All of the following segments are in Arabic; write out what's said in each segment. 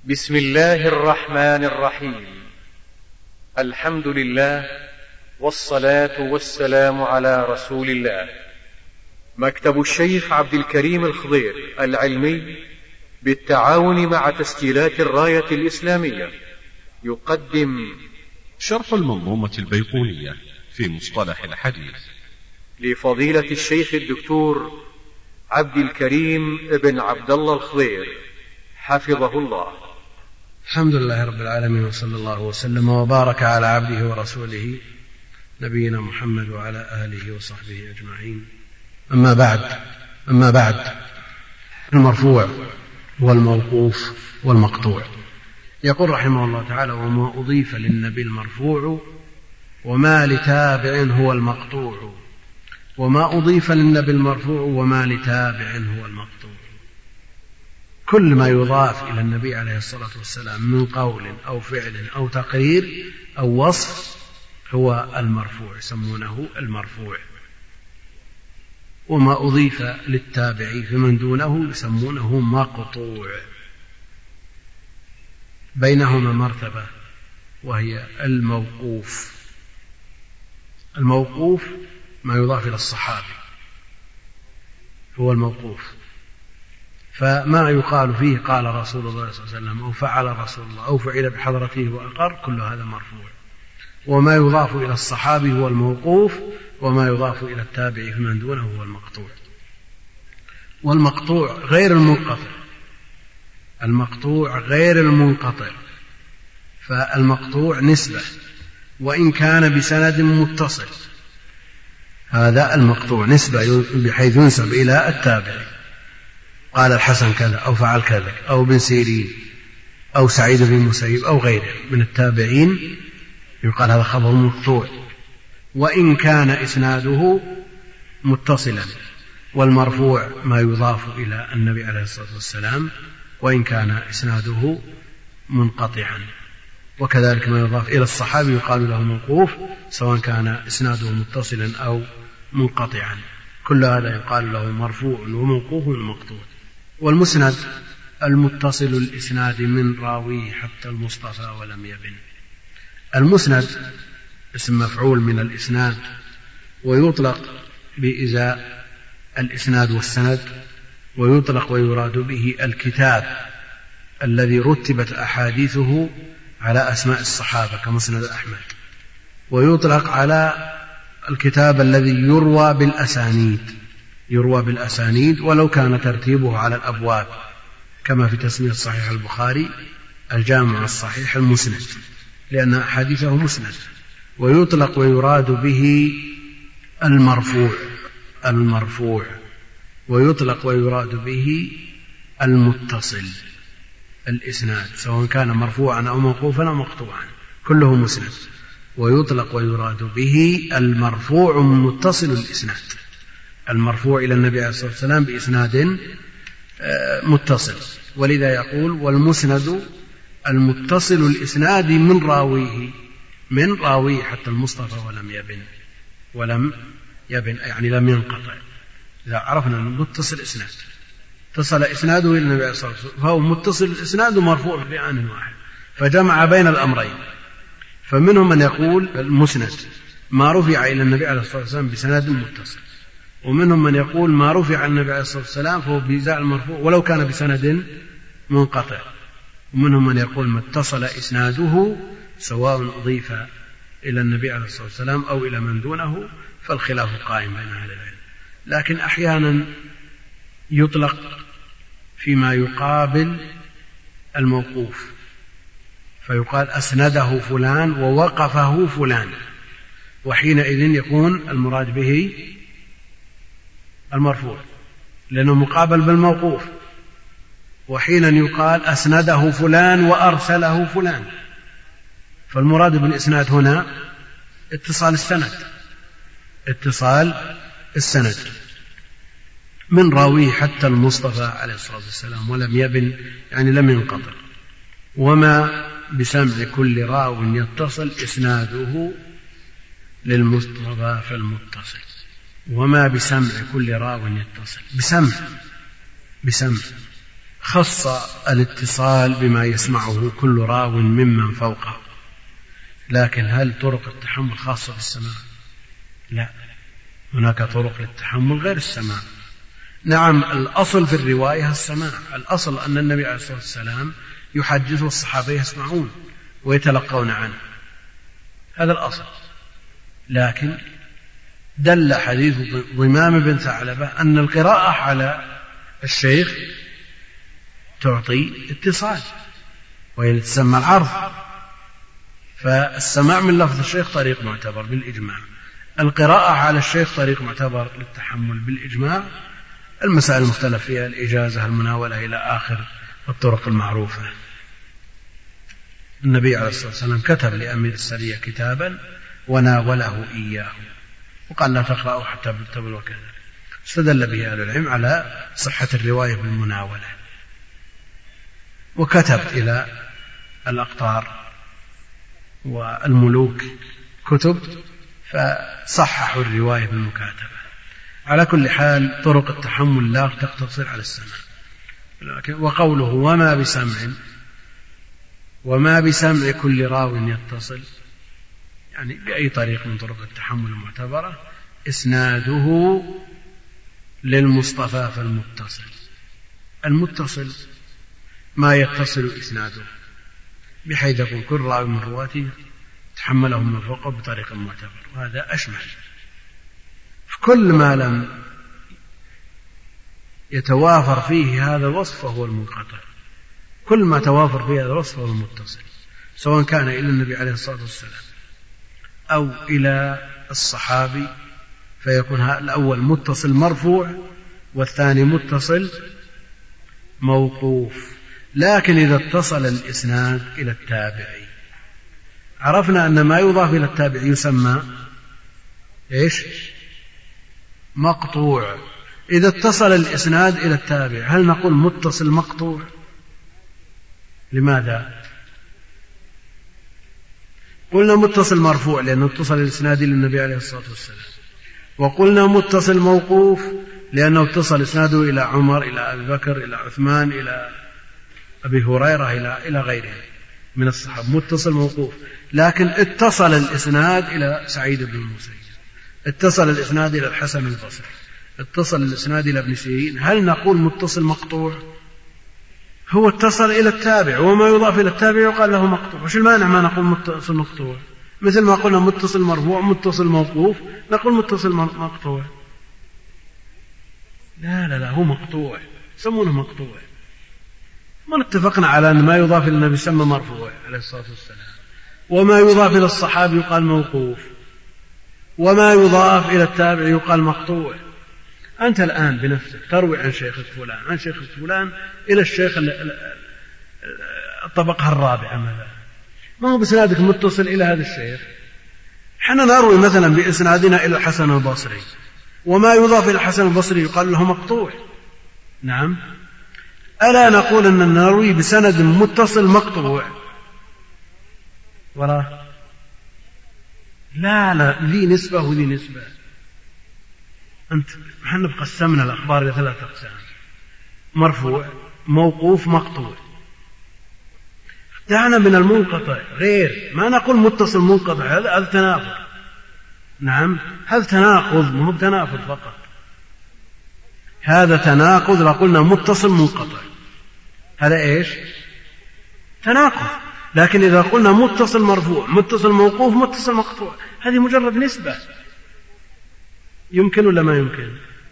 بسم الله الرحمن الرحيم. الحمد لله والصلاة والسلام على رسول الله. مكتب الشيخ عبد الكريم الخضير العلمي بالتعاون مع تسجيلات الراية الإسلامية يقدم شرح المنظومة البيقونية في مصطلح الحديث لفضيلة الشيخ الدكتور عبد الكريم بن عبد الله الخضير حفظه الله. الحمد لله رب العالمين، وصلى الله وسلم وبارك على عبده ورسوله نبينا محمد وعلى آله وصحبه أجمعين. أما بعد المرفوع والموقوف والمقطوع. يقول رحمه الله تعالى: وما أضيف للنبي المرفوع وما لتابع هو المقطوع. وما أضيف للنبي المرفوع وما لتابع هو المقطوع. كل ما يضاف إلى النبي عليه الصلاة والسلام من قول أو فعل أو تقرير أو وصف هو المرفوع، يسمونه المرفوع. وما أضيف للتابع فمن دونه يسمونه مقطوع. بينهما مرتبة وهي الموقوف. الموقوف ما يضاف إلى الصحابي هو الموقوف، فما يقال فيه قال رسول الله صلى الله عليه وسلم أو فعل رسول الله أو فعل بحضرته وأقر، كل هذا مرفوع. وما يضاف إلى الصحابي هو الموقوف، وما يضاف إلى التابع فمن دونه هو المقطوع. والمقطوع غير المنقطع. المقطوع غير المنقطع، فالمقطوع نسبة وإن كان بسند متصل. هذا المقطوع نسبة بحيث ينسب إلى التابع، قال الحسن كذا أو فعل كذا، أو بن سيرين أو سعيد بن المسيب أو غيره من التابعين، يقال هذا خبر مقطوع وإن كان إسناده متصلا. والمرفوع ما يضاف إلى النبي عليه الصلاة والسلام وإن كان إسناده منقطعا. وكذلك ما يضاف إلى الصحابي يقال له موقوف سواء كان إسناده متصلا أو منقطعا. كل هذا يقال له مرفوع وموقوف ومقطوع. والمسند المتصل الإسناد من راويه حتى المصطفى ولم يبن. المسند اسم مفعول من الإسناد، ويطلق بإزاء الإسناد والسند، ويطلق ويراد به الكتاب الذي رتبت أحاديثه على أسماء الصحابة كمسند أحمد، ويطلق على الكتاب الذي يروى بالأسانيد ولو كان ترتيبه على الأبواب، كما في تسمية صحيح البخاري الجامع الصحيح المسند، لأن أحاديثه مسند. ويطلق ويراد به المرفوع، ويطلق ويراد به المتصل الإسناد سواء كان مرفوعا أو موقوفا أو مقطوعا، كله مسند. ويطلق ويراد به المرفوع متصل الإسناد، المرفوع إلى النبي عليه الصلاة والسلام بإسناد متصل. ولذا يقول: والمسند المتصل الإسناد من راويه حتى المصطفى ولم يبن يعني لم ينقطع. إذا عرفنا أن متصل إسناد اتصل إسناده إلى النبي عليه الصلاة والسلام فهو متصل الإسناد مرفوع بآن واحد، فجمع بين الأمرين. فمنهم من يقول المسند ما رفع إلى النبي عليه الصلاة والسلام بسند متصل، ومنهم من يقول ما رفع عن النبي عليه الصلاة والسلام فهو بإزاء المرفوع ولو كان بسند منقطع، ومنهم من يقول ما اتصل إسناده سواء أضيف إلى النبي عليه الصلاة والسلام أو إلى من دونه، فالخلاف قائم بين أهل العلم. لكن أحيانا يطلق فيما يقابل الموقوف، فيقال أسنده فلان ووقفه فلان، وحينئذ يكون المراد به المرفوع لأنه مقابل بالموقوف. وحينا يقال أسنده فلان وأرسله فلان، فالمراد بالإسناد هنا اتصال السند من راويه حتى المصطفى عليه الصلاة والسلام ولم يبن يعني لم ينقطع. وما بسمع كل راو يتصل إسناده للمصطفى فالمتصل. وما بسمع كل راو يتصل بسمع خص الاتصال بما يسمعه كل راو ممن فوقه، لكن هل طرق التحمل خاصة بالسماع؟ لا، هناك طرق للتحمل غير السماع. نعم، الأصل في الرواية السماع، الأصل أن النبي عليه الصلاة والسلام يحدث والصحابة يسمعون ويتلقون عنه، هذا الأصل. لكن دل حديث ضمام بن ثعلبة أن القراءة على الشيخ تعطي اتصال وهي تسمى العرض، فالسماع من لفظ الشيخ طريق معتبر بالإجماع، القراءة على الشيخ طريق معتبر للتحمل بالإجماع. المسائل المختلف فيها الإجازة، المناولة، إلى آخر الطرق المعروفة. النبي عليه الصلاة والسلام كتب لأمير السرية كتابا وناوله إياه وقال لا تقرأه حتى تبلغ كذا. استدل به أهل العلم على صحة الرواية بالمناولة، وكتب إلى الأقطار والملوك كتب فصححوا الرواية بالمكاتبة. على كل حال طرق التحمل لا تقتصر على السمع. وقوله وما بسمع كل راو يتصل، يعني بأي طريق من طرق التحمل المعتبرة إسناده للمصطفى فالمتصل. المتصل ما يتصل إسناده بحيث يكون كل راوي من رواته تحمله من فوقه بطريق معتبر، وهذا أشمل. كل ما لم يتوافر فيه هذا الوصف فهو المنقطع، كل ما توافر فيه هذا الوصف فهو المتصل، سواء كان إلى النبي عليه الصلاة والسلام أو إلى الصحابي، فيكون الأول متصل مرفوع والثاني متصل موقوف. لكن إذا اتصل الإسناد إلى التابعي عرفنا أن ما يضاف إلى التابعي يسمى مقطوع. إذا اتصل الإسناد إلى التابع هل نقول متصل مقطوع؟ لماذا؟ قلنا متصل مرفوع لأنه اتصل الإسناد إلى النبي عليه الصلاة والسلام، وقلنا متصل موقوف لأنه اتصل إسناده إلى عمر، إلى أبي بكر، إلى عثمان، إلى أبي هريرة، إلى غيره من الصحابة، متصل موقوف. لكن اتصل الإسناد إلى سعيد بن المسيب، اتصل الإسناد إلى الحسن البصري، اتصل الإسناد إلى ابن سيرين، هل نقول متصل مقطوع؟ هو اتصل إلى التابع، وما يضاف إلى التابع يقال له مقطوع. وش المانع ما نقول متصل مقطوع؟ مثل ما قلنا متصل مرفوع متصل موقوف نقول متصل مقطوع. لا هو مقطوع، يسمونه مقطوع. ما اتفقنا على أن ما يضاف إلى النبي يسمى مرفوع عليه الصلاة والسلام، وما يضاف إلى الصحابي يقال موقوف، وما يضاف إلى التابع يقال مقطوع. أنت الآن بنفسك تروي عن شيخ فلان عن شيخ فلان إلى الشيخ الطبقة الرابعة مثلا، ما هو بإسنادك متصل إلى هذا الشيخ. حنا نروي مثلا بإسنادنا إلى الحسن البصري، وما يضاف إلى الحسن البصري يقال له مقطوع. نعم، ألا نقول أن نروي بسند متصل مقطوع؟ ولا لا ذي نسبة وذي نسبة. نحن قسمنا الأخبار إلى 3 أقسام: مرفوع، موقوف، مقطوع. دعنا من المنقطع، غير ما نقول متصل منقطع، هذا تناقض. نعم، هذا تناقض، ما هو تناقض فقط، هذا تناقض. لو قلنا متصل منقطع هذا تناقض. لكن إذا قلنا متصل مرفوع متصل موقوف متصل مقطوع هذه مجرد نسبة. يمكن ولا ما يمكن؟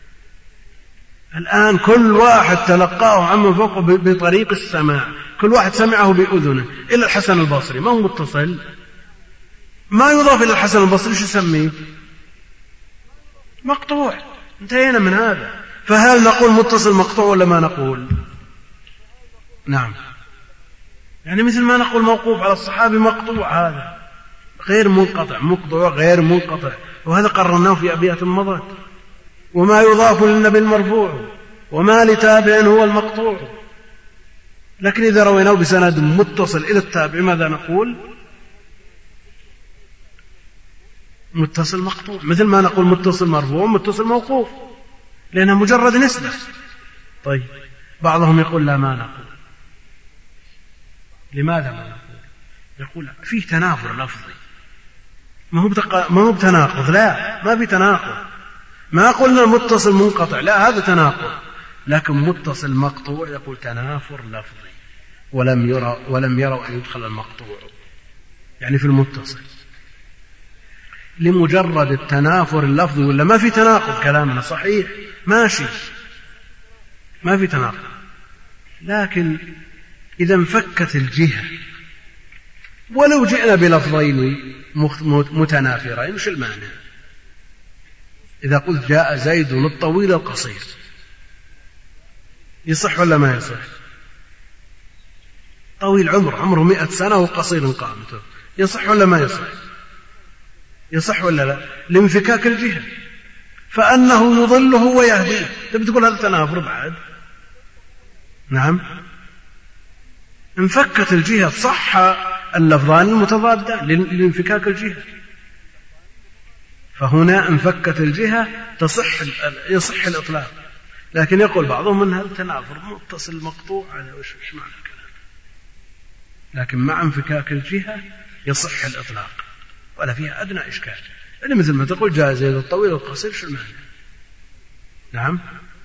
الآن كل واحد تلقاه عمن فوقه بطريق السماع، كل واحد سمعه بأذنه إلى الحسن البصري، ما هو متصل. ما يضاف إلى الحسن البصري شو يسميه؟ مقطوع. انتهينا من هذا. فهل نقول متصل مقطوع ولا ما نقول؟ نعم، يعني مثل ما نقول موقوف على الصحابي مقطوع، هذا غير منقطع، مقطوع غير منقطع، وهذا قررناه في أبيات مضت. وما يضاف للنبي المرفوع، وما لتابع هو المقطوع. لكن إذا رويناه بسند متصل إلى التابع ماذا نقول؟ متصل مقطوع، مثل ما نقول متصل مرفوع متصل موقوف، لأنها مجرد نسبة. طيب، بعضهم يقول لا ما نقول. لماذا ما نقول؟ يقول فيه تنافر لفظي، ما هو بتناقض، لا ما في تناقض، ما قلنا المتصل منقطع، لا هذا تناقض، لكن متصل مقطوع يقول تنافر لفظي، ولم يروا أن يدخل المقطوع يعني في المتصل لمجرد التنافر اللفظي، ولا ما في تناقض، كلامنا صحيح ماشي ما في تناقض. لكن إذا انفكت الجهة ولو جئنا بلفظين متنافرين وش المعنى؟ إذا قلت جاء زيد الطويل القصير يصح ولا ما يصح؟ طويل عمره 100 سنة وقصير قامته، يصح ولا ما يصح؟ يصح ولا لا؟ لانفكاك الجهة، فأنه يضله ويهديه. تبي تقول هذا تنافر بعد؟ نعم، انفكت الجهة، صح اللفظان المتضادان لانفكاك الجهة، فهنا انفكت الجهة يصح الإطلاق. لكن يقول بعضهم أن هذا تنافر متصل مقطوع، هذا وش معنى الكلام؟ لكن مع انفكاك الجهة يصح الإطلاق ولا فيها أدنى إشكال. يعني مثل ما تقول جاء زيد الطويل القصير، شو المعنى؟ نعم،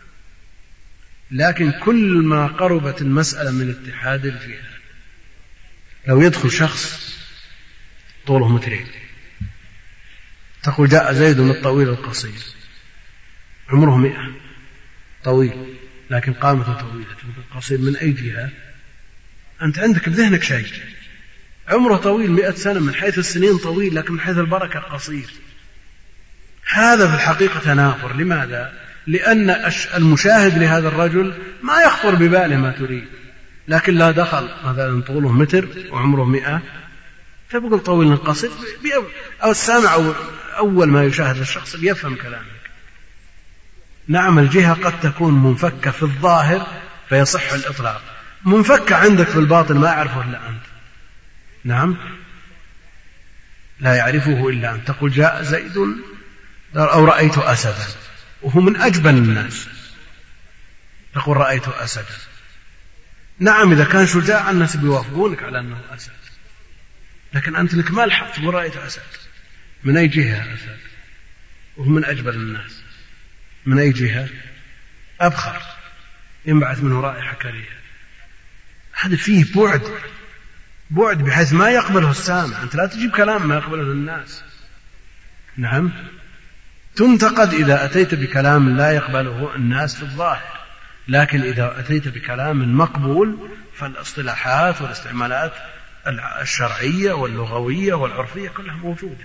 لكن كل ما قربت المسألة من اتحاد الجهة، لو يدخل شخص طوله 2 متر تقول جاء زيد الطويل القصير، عمره 100، طويل لكن قامته طويلة، قصير من أي جهة؟ أنت عندك بذهنك شيء، عمره طويل 100 سنة من حيث السنين طويل، لكن من حيث البركة قصير. هذا في الحقيقة تنافر. لماذا؟ لأن المشاهد لهذا الرجل ما يخطر بباله ما تريد، لكن لا دخل مثلا طوله 1 متر وعمره 100 تبقى طويل قصير، أو السامع أول ما يشاهد الشخص بيفهم كلامك. نعم، الجهة قد تكون منفكة في الظاهر فيصح الإطلاق، منفكة عندك في الباطن ما يعرفه إلا أنت. نعم، لا يعرفه إلا أنت. تقول جاء زيد أو رأيت أسدا، وهو من أجبن الناس، تقول رأيت أسدا. نعم، إذا كان شجاع الناس بيوافقونك على أنه أسد، لكن أنت لك ما الحق تقول رأيت أسد. من أي جهة أسد وهو من أجبن الناس؟ من أي جهة؟ أبخر ينبعث منه رائحة كريهة. هذا فيه بعد بحيث ما يقبله السامع. أنت لا تجيب كلام ما يقبله الناس. نعم، تنتقد إذا أتيت بكلام لا يقبله الناس في الظاهر، لكن إذا أتيت بكلام مقبول فالاصطلاحات والاستعمالات الشرعية واللغوية والعرفية كلها موجودة.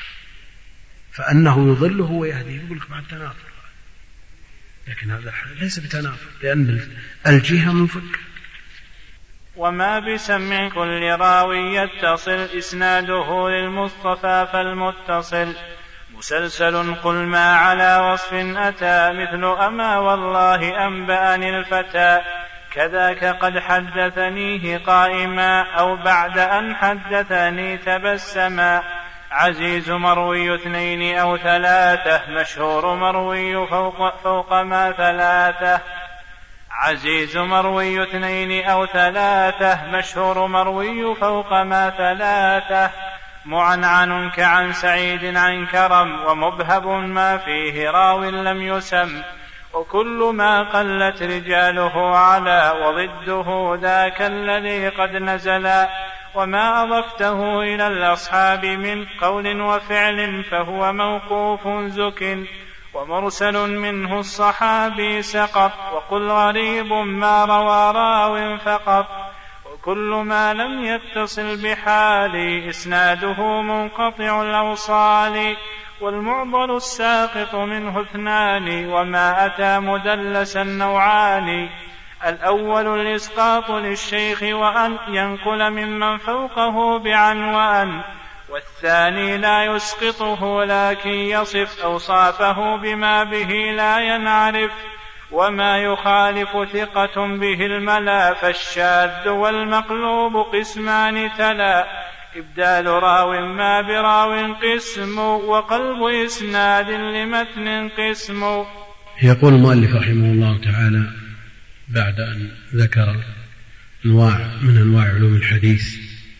فأنه يضله ويهديه يقول لك بعد تنافر، لكن هذا ليس بتنافر لأن الجهة منفكة. وما بسمع كل راوي يتصل إسناده للمصطفى فالمتصل مسلسل. قل ما على وصف أتى مثل أما والله أنبأني الفتى كذاك قد حدثنيه قائما أو بعد أن حدثني تبسما. عزيز مروي 2 أو 3 مشهور مروي فوق ما 3. عزيز مروي 2 أو 3 مشهور مروي فوق ما 3. معنعن كعن سعيد عن كرم ومبهب ما فيه راو لم يسم. وكل ما قلت رجاله على وضده ذاك الذي قد نزلا. وما أضفته إلى الأصحاب من قول وفعل فهو موقوف زك. ومرسل منه الصحابي سقط. وقل غريب ما روى راو فقط. وكل ما لم يتصل بحال إسناده منقطع الأوصال. والمعضل الساقط منه 2 وما أتى مدلسا نوعان. الأول الإسقاط للشيخ وأن ينقل ممن فوقه بعن وأن. والثاني لا يسقطه لكن يصف أوصافه بما به لا ينعرف. وما يخالف ثقة به الملا فالشاذ والمقلوب قسمان تلا. إبدال راو ما براو قسم وقلب إسناد لمتن قسم. يقول المؤلف رحمه الله تعالى بعد أن ذكر أنواع من أنواع علوم الحديث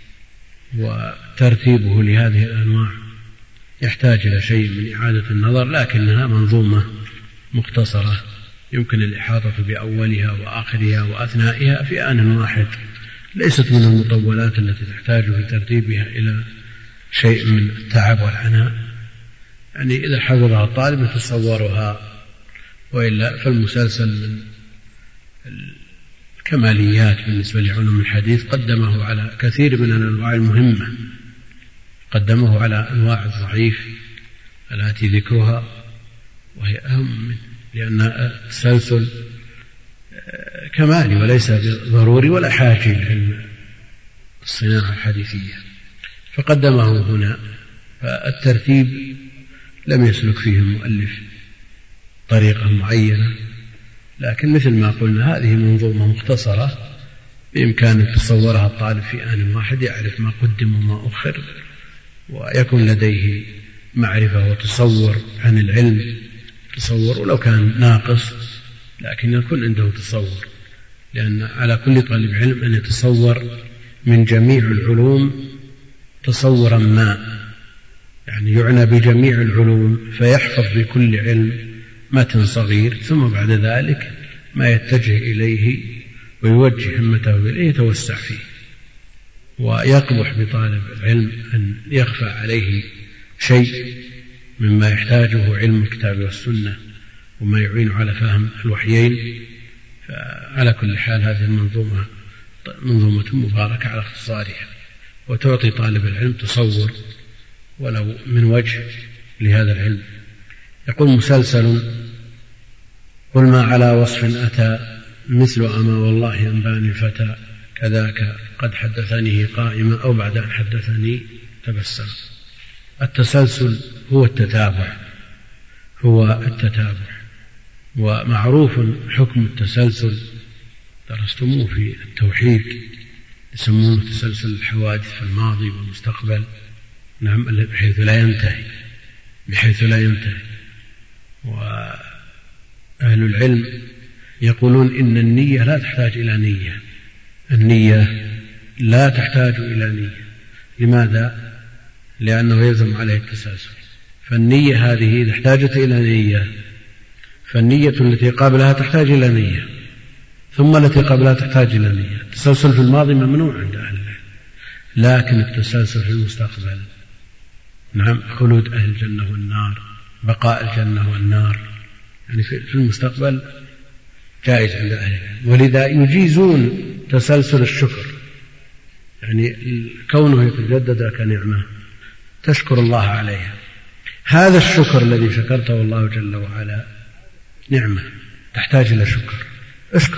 وترتيبه لهذه الأنواع يحتاج إلى شيء من إعادة النظر، لكنها منظومة مختصرة يمكن الإحاطة بأولها وآخرها وأثنائها في آن واحد، ليست من المطولات التي تحتاج في ترتيبها إلى شيء من التعب والعناء. يعني إذا حفظها الطالب يتصورها، وإلا فالمسلسل من الكماليات بالنسبة لعلوم الحديث، قدمه على كثير من الأنواع المهمة، قدمه على أنواع الضعيف التي ذكرها وهي أهم منه، لأن التسلسل كمالي وليس ضروري ولا حاجة لعلم الصناعة الحديثية، فقدمه هنا. فالترتيب لم يسلك فيه المؤلف طريقة معينة، لكن مثل ما قلنا هذه منظومة مختصرة بإمكانه يتصورها الطالب في آن واحد، يعرف ما قدم وما أخر، ويكون لديه معرفة وتصور عن العلم، تصور ولو كان ناقص لكن يكون عنده تصور، لأن على كل طالب علم أن يتصور من جميع العلوم تصورا ما، يعني يعنى بجميع العلوم فيحفظ بكل علم متن صغير، ثم بعد ذلك ما يتجه إليه ويوجه همته إليه يتوسع فيه. ويقبح بطالب العلم أن يخفى عليه شيء مما يحتاجه علم الكتاب والسنة وما يعين على فهم الوحيين. فعلى كل حال هذه المنظومة منظومة مباركة على اختصارها، وتعطي طالب العلم تصور ولو من وجه لهذا العلم. يقول مسلسل: قل ما على وصف أتى مثل أما والله أنباني الفتى كذاك قد حدثني قائما أو بعد أن حدثني تبسم. التسلسل هو التتابع، ومعروف حكم التسلسل درستموه في التوحيد، يسمونه تسلسل الحوادث في الماضي والمستقبل، نعم، بحيث لا ينتهي. وأهل العلم يقولون إن النية لا تحتاج إلى نية، النية لا تحتاج إلى نية. لماذا؟ لأنه يلزم عليه التسلسل. فالنية هذه إذا احتاجت إلى نية، فالنية التي قبلها تحتاج إلى نية، ثم التي قبلها تحتاج إلى نية. التسلسل في الماضي ممنوع عند أهل العلم، لكن التسلسل في المستقبل، نعم، خلود أهل الجنة والنار، بقاء الجنة والنار، يعني في المستقبل جائز عند أهل العلم. ولذا يجيزون تسلسل الشكر، يعني كونه يتجدد كنعمة تشكر الله عليها. هذا الشكر الذي شكرته الله جل وعلا نعمة تحتاج إلى شكر، اشكر.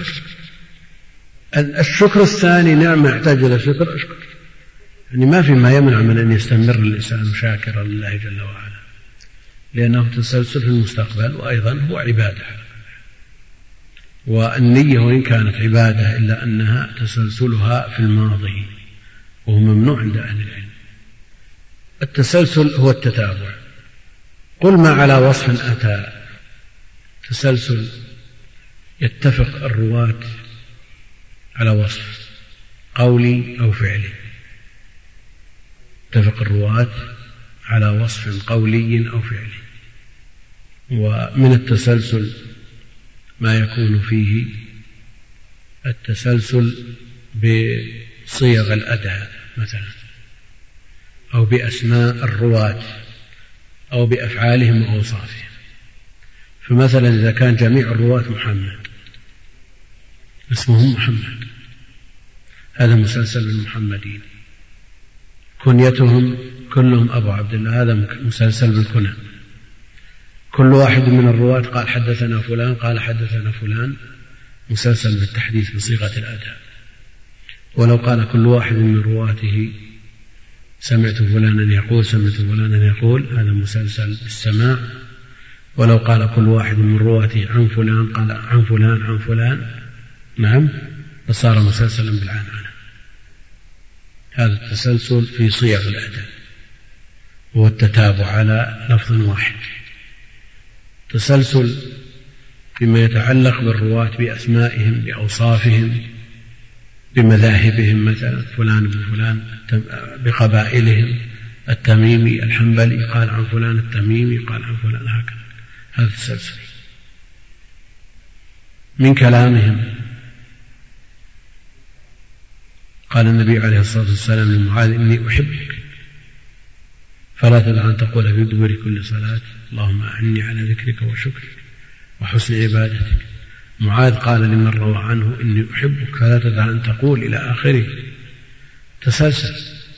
الشكر الثاني نعمة يحتاج إلى شكر، اشكر. يعني ما في ما يمنع من أن يستمر الإنسان شاكرا لله جل وعلا، لأنه تسلسل في المستقبل، وأيضا هو عبادة. والنية وإن كانت عبادة إلا أنها تسلسلها في الماضي، وهو ممنوع عند أهل العلم. التسلسل هو التتابع. قل ما على وصف أتى، تسلسل يتفق الرواة على وصف قولي أو فعلي، يتفق الرواة على وصف قولي أو فعلي. ومن التسلسل ما يكون فيه التسلسل بصيغ الأداء مثلا، أو بأسماء الرواة، أو بأفعالهم وأوصافهم. فمثلا إذا كان جميع الرواة محمد، اسمهم محمد، هذا مسلسل بالمحمدين. كنيتهم كلهم أبو عبد الله، هذا مسلسل بالكنى. كل واحد من الرواة قال حدثنا فلان، قال حدثنا فلان، مسلسل بالتحديث بصيغة الأداء. ولو قال كل واحد من رواته سمعت فلانا يقول، سمعت فلانا يقول، هذا مسلسل بالسماع. ولو قال كل واحد من رواته عن فلان، قال عن فلان عن فلان، نعم، فصار مسلسلا بالعنعنة. هذا التسلسل في صيغ الأداء، هو التتابع على لفظ واحد. تسلسل فيما يتعلق بالرواة بأسمائهم بأوصافهم بمذاهبهم، مثلا فلان بن فلان بقبائلهم، التميمي الحنبلي قال عن فلان التميمي قال عن فلان، هكذا هذا التسلسل. من كلامهم قال النبي عليه الصلاة والسلام لمعاذ: إني أحبك فلا تدع أن تقول في دبر كل صلاة اللهم أعني على ذكرك وشكرك وحسن عبادتك. معاذ قال لمن روى عنه: إني أحبك فلا تدع أن تقول إلى آخره. تسلسل.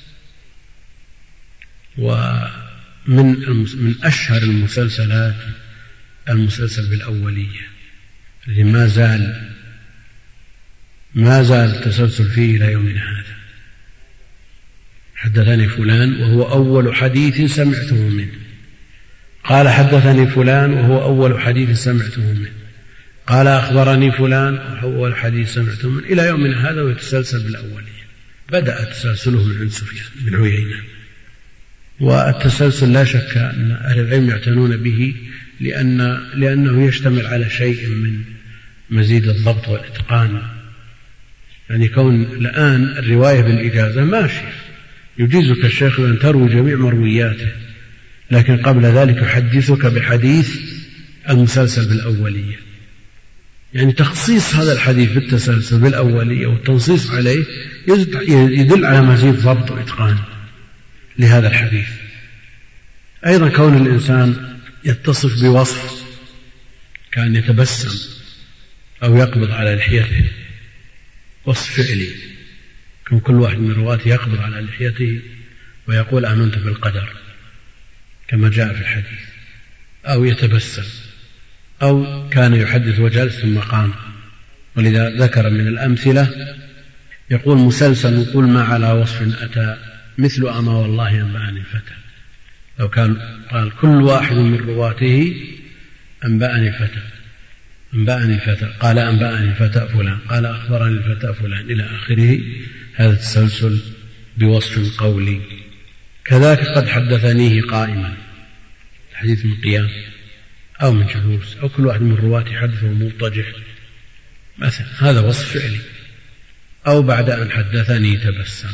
ومن أشهر المسلسلات المسلسل بالأولية الذي ما زال التسلسل فيه إلى يومنا هذا. حدثني فلان وهو أول حديث سمعته منه، قال حدثني فلان وهو أول حديث سمعته منه، قال أخبرني فلان وهو أول حديث سمعته منه، إلى يومنا هذا ويتسلسل بالأولية. بدأ تسلسله من عند سفيان بن عيينة. والتسلسل لا شك أن أهل العلم يعتنون به لأنه يشتمل على شيء من مزيد الضبط والإتقان. يعني كون الآن الرواية بالإجازة ماشي، يجيزك الشيخ أن تروي جميع مروياته، لكن قبل ذلك يحدثك بحديث المسلسل بالأولية. يعني تخصيص هذا الحديث بالتسلسل بالأولية والتنصيص عليه يدل على مزيد ضبط وإتقان لهذا الحديث. أيضا كون الإنسان يتصف بوصف كان يتبسم أو يقبض على لحيته، وصف فعلي، كل واحد من رواته يقبض على لحيته ويقول آمنت بالقدر كما جاء في الحديث، أو يتبسم، أو كان يحدث وجلس ثم قام. ولذا ذكر من الأمثلة يقول مسلسل قل ما على وصف أتى مثل أما والله أنبأني فتى. لو كان قال كل واحد من رواته أنبأني فتى قال أنبأني فتى فلان قال أخبرني الفتى فلان إلى آخره، هذا التسلسل بوصف قولي. كذلك قد حدثنيه قائما، الحديث من قيام أو من جلوس، أو كل واحد من رواته يحدثه مضطجع مثلا، هذا وصف فعلي. أو بعد أن حدثني تبسم.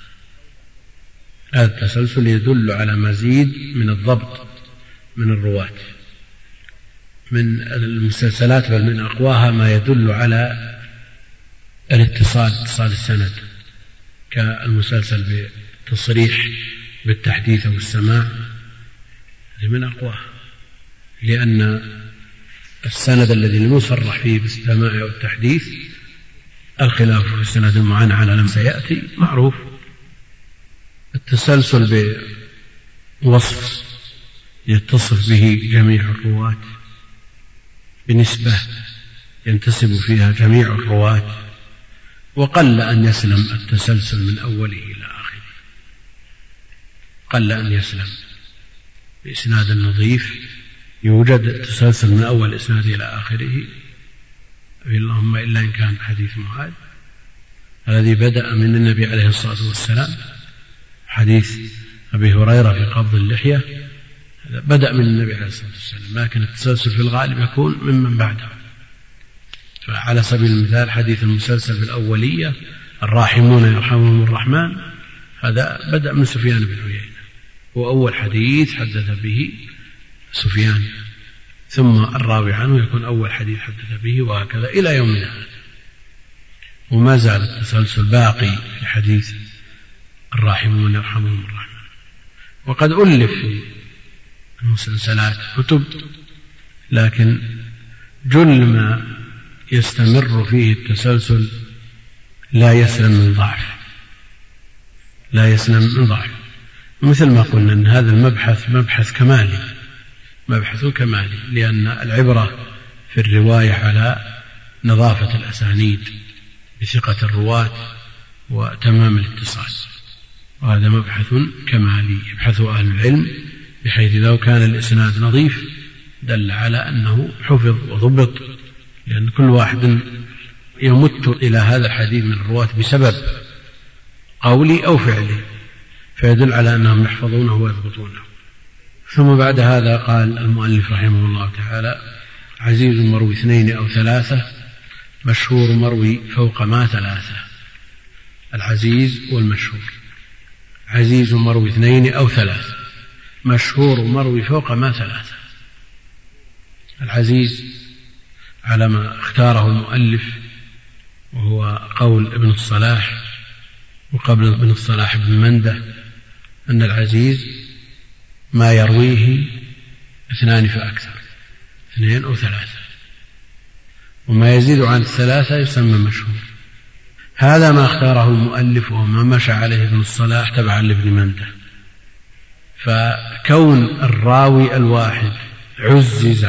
هذا التسلسل يدل على مزيد من الضبط من الرواة. من المسلسلات بل من أقواها ما يدل على اتصال السند، كالمسلسل بتصريح بالتحديث والسماع، من أقواها، لأن السند الذي لم يصرح فيه بالسماع والتحديث الخلاف في السند المعين على لم سيأتي معروف. التسلسل بوصف يتصف به جميع الرواة بنسبة ينتسب فيها جميع الرواة، وقل أن يسلم التسلسل من أوله إلى آخره، قل أن يسلم بإسناد نظيف يوجد التسلسل من أول إسناد إلى آخره، اللهم إلا إن كان حديث معاذ الذي بدأ من النبي عليه الصلاة والسلام، حديث أبي هريرة في قبض اللحية بدأ من النبي عليه الصلاة والسلام، لكن التسلسل في الغالب يكون ممن بعده. فعلى سبيل المثال حديث المسلسل بالأولية الراحمون يرحمهم الرحمن، هذا بدأ من سفيان بن عيينة، هو أول حديث حدث به سفيان، ثم الراوي عنه يكون أول حديث حدث به، وهكذا إلى يومنا هذا. وما زال التسلسل باقي في حديث الراحمون يرحمهم الرحمن. وقد ألف في المسلسلات كتب، لكن جل ما يستمر فيه التسلسل لا يسلم من ضعف، مثل ما قلنا أن هذا المبحث مبحث كمالي، لأن العبرة في الرواية على نظافة الأسانيد بثقة الرواة وتمام الاتصال، وهذا مبحث كمالي يبحثه أهل العلم، بحيث لو كان الإسناد نظيف دل على أنه حفظ وضبط، لأن كل واحد يمت إلى هذا الحديث من الرواة بسبب قولي أو فعلي، فيدل على أنهم يحفظونه ويضبطونه. ثم بعد هذا قال المؤلف رحمه الله تعالى: عزيز مروي 2 أو 3، مشهور مروي فوق ما 3. العزيز والمشهور. عزيز مروي 2 أو 3، مشهور مروي فوق ما 3. العزيز على ما اختاره المؤلف، وهو قول ابن الصلاح وقبل ابن الصلاح ابن منده، أن العزيز ما يرويه 2 فأكثر، 2 أو 3، وما يزيد عن 3 يسمى مشهور. هذا ما اختاره المؤلف وما مشى عليه ابن الصلاح تبعا لابن منده. فكون الراوي الواحد عزز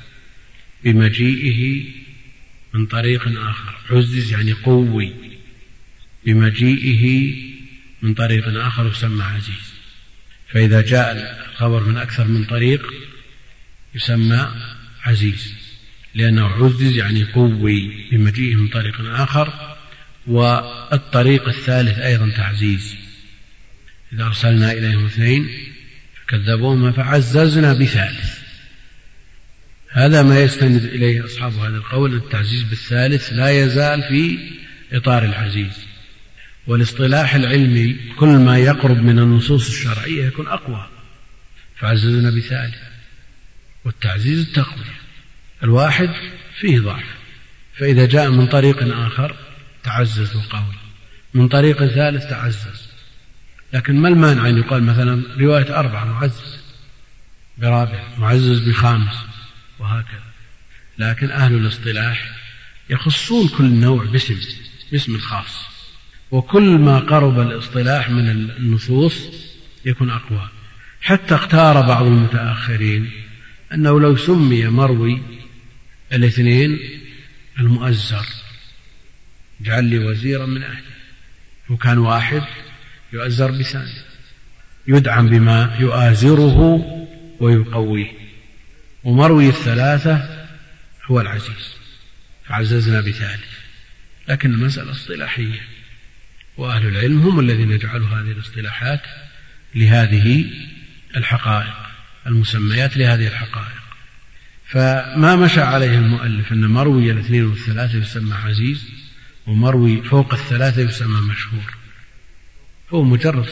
بمجيئه من طريق آخر، عزز يعني قوي بمجيئه من طريق آخر يسمى عزيز. فإذا جاء الخبر من أكثر من طريق يسمى عزيز، لأنه عزز يعني قوي بمجيئه من طريق آخر. والطريق الثالث أيضا تعزيز، إذا أرسلنا إليهم 2 فكذبوهما فعززنا بثالث. هذا ما يستند إليه أصحاب هذا القول، التعزيز بالثالث لا يزال في إطار العزيز. والاصطلاح العلمي كل ما يقرب من النصوص الشرعية يكون أقوى، فعززنا بثالث. والتعزيز التقوية، الواحد فيه ضعف، فإذا جاء من طريق آخر تعزز وقوي، من طريق ثالث تعزز. لكن ما المانع أن يقال مثلا رواية 4 معزز برابع، معزز بخامس، وهكذا. لكن أهل الاصطلاح يخصون كل نوع باسم الخاص، وكل ما قرب الاصطلاح من النصوص يكون أقوى. حتى اختار بعض المتأخرين أنه لو سمي مروي 2 المؤزر، جعل لي وزيرا من أهله، وكان واحد يؤزر بثاني، يدعم بما يؤازره ويقويه. ومروي 3 هو العزيز، فعززنا بثالث. لكن المسألة اصطلاحية، وأهل العلم هم الذين جعلوا هذه الاصطلاحات لهذه الحقائق، المسميات لهذه الحقائق. فما مشى عليه المؤلف أن مروي 2 و3 يسمى عزيز، ومروي فوق 3 يسمى مشهور، هو مجرد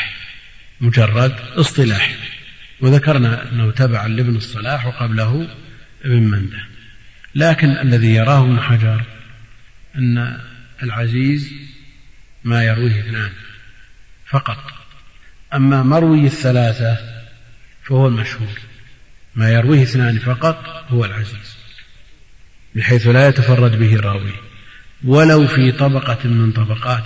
اصطلاح. وذكرنا أنه تبع لابن الصلاح وقبله ابن منده. لكن الذي يراه ابن حجر أن العزيز ما يرويه 2 فقط، أما مروي 3 فهو المشهور، ما يرويه 2 فقط هو العزيز، بحيث لا يتفرد به راوي ولو في طبقة من طبقات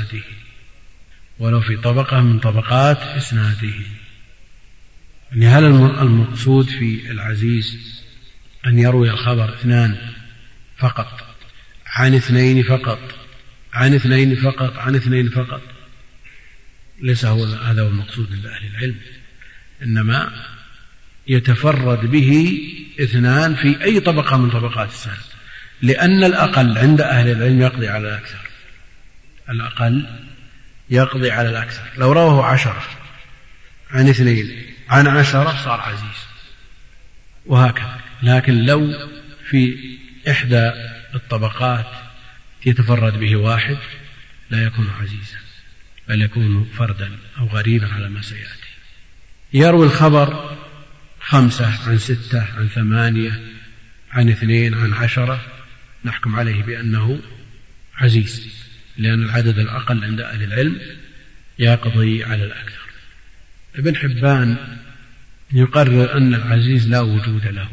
إسناده. يعني هل المقصود في العزيز أن يروي الخبر 2 فقط عن 2 فقط عن 2 فقط عن 2 فقط؟ ليس هذا هو المقصود عند أهل العلم، إنما يتفرد به 2 في أي طبقة من طبقات السند، لأن الأقل عند أهل العلم يقضي على الأكثر. الأقل يقضي على الأكثر. لو رواه 10 عن 2 عن 10 صار عزيز، وهكذا. لكن لو في إحدى الطبقات يتفرد به 1 لا يكون عزيزا، بل يكون فردا أو غريبا على ما سيأتي. يروي الخبر 5 عن 6 عن 8 عن 2 عن 10، نحكم عليه بأنه عزيز، لأن العدد الأقل عند أهل العلم يقضي على الأكثر. ابن حبان يقرر أن العزيز لا وجود له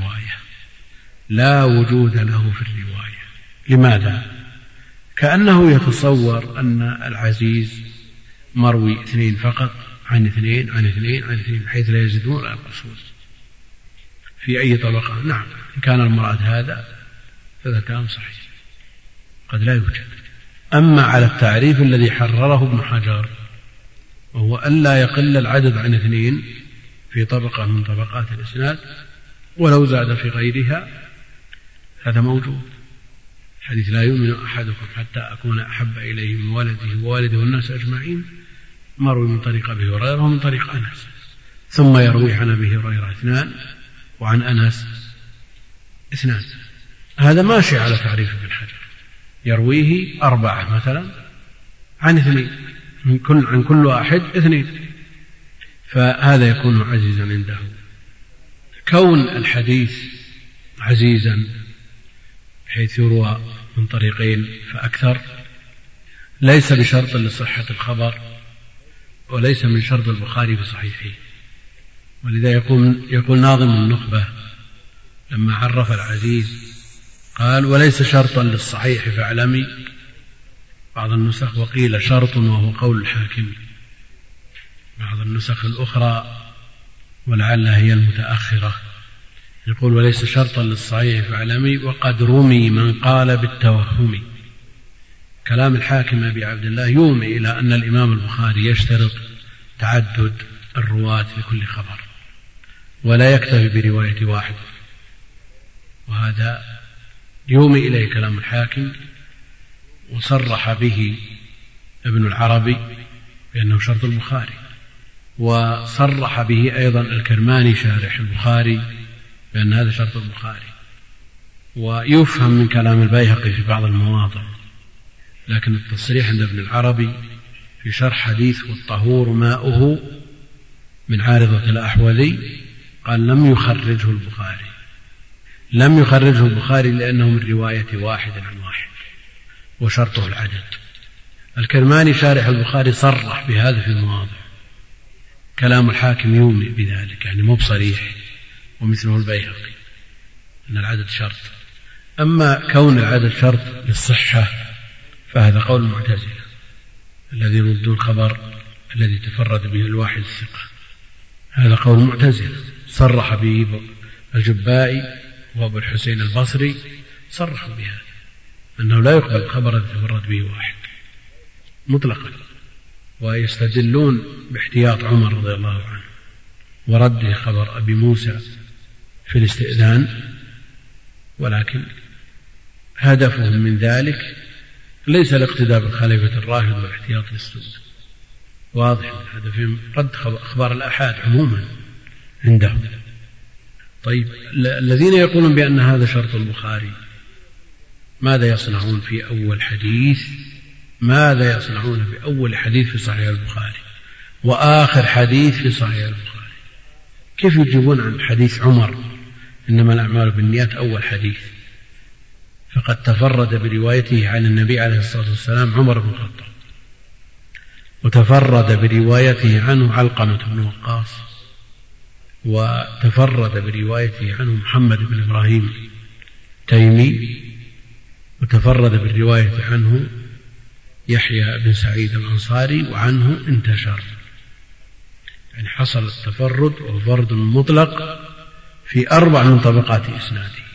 في الرواية. لماذا؟ كأنه يتصور أن العزيز مروي 2 فقط عن 2 عن 2 عن 2، بحيث لا يزيدون ولا ينقصون في أي طبقة. نعم، إن كان المراد هذا فهذا كلام صحيح، قد لا يوجد. أما على التعريف الذي حرره ابن حجر، وهو ألا يقل العدد عن 2 في طبقة من طبقات الإسناد ولو زاد في غيرها، هذا موجود. حديث لا يؤمن أحدكم حتى أكون أحب إليه من ولده ووالده والناس أجمعين، مروي من طريق أبي هريرة ومن طريق أنس، ثم يروي عن أبي هريرة 2 وعن أنس 2. هذا ماشي على تعريف ابن حجر، يرويه 4 مثلا عن 2، عن كل واحد 2، فهذا يكون عزيزا عنده. كون الحديث عزيزا بحيث يروى من طريقين فأكثر ليس بشرط لصحة الخبر، وليس من شرط البخاري في صحيحه. ولذا يقول ناظم النخبة لما عرف العزيز قال: وليس شرطا للصحيح فاعلمي، بعض النسخ وقيل شرط وهو قول الحاكم، بعض النسخ الأخرى ولعلها هي المتأخرة يقول: وليس شرطا للصحيح فاعلمي وقد رمي من قال بالتوهم. كلام الحاكم أبي عبد الله يومي إلى أن الإمام البخاري يشترط تعدد الرواة لكل خبر، ولا يكتفي برواية واحد، وهذا يومي إليه كلام الحاكم، وصرح به ابن العربي بأنه شرط البخاري، وصرح به أيضا الكرماني شارح البخاري بأن هذا شرط البخاري. ويفهم من كلام البيهقي في بعض المواضع، لكن التصريح عند ابن العربي في شرح حديث والطهور ماؤه من عارضة الأحوذي قال: لم يخرجه البخاري، لم يخرجه البخاري لأنه من رواية واحد عن واحد وشرطه العدد. الكرماني شارح البخاري صرح بهذا في المواضع، كلام الحاكم يومي بذلك، يعني مو بصريح، ومثله البيهقي أن العدد شرط. أما كون العدد شرط للصحة فهذا قول المعتزلة الذي يردون الخبر الذي تفرد به الواحد الثقة، هذا قول المعتزلة صرح به الجبائي وابو الحسين البصري، صرحوا بهذا أنه لا يقبل الخبر الذي تفرد به واحد مطلقا، ويستدلون باحتياط عمر رضي الله عنه ورده خبر أبي موسى في الاستئذان، ولكن هدفهم من ذلك ليس الاقتداء بالخليفة الراشد والاحتياط للسنة، واضح من هدفهم رد أخبار الآحاد عموما عندهم. طيب، الذين يقولون بأن هذا شرط البخاري ماذا يصنعون في أول حديث؟ ماذا يصنعون في أول حديث في صحيح البخاري وآخر حديث في صحيح البخاري؟ كيف يجيبون عن حديث عمر إنما الأعمال بالنيات أول حديث؟ فقد تفرد بروايته عن النبي عليه الصلاة والسلام عمر بن الخطاب، وتفرد بروايته عنه علقمة بن وقاص، وتفرد بروايته عنه محمد بن إبراهيم تيمي، وتفرد بالرواية عنه يحيى بن سعيد الأنصاري، وعنه انتشر. يعني حصل التفرد وفرد مطلق في 4 من طبقات إسناده.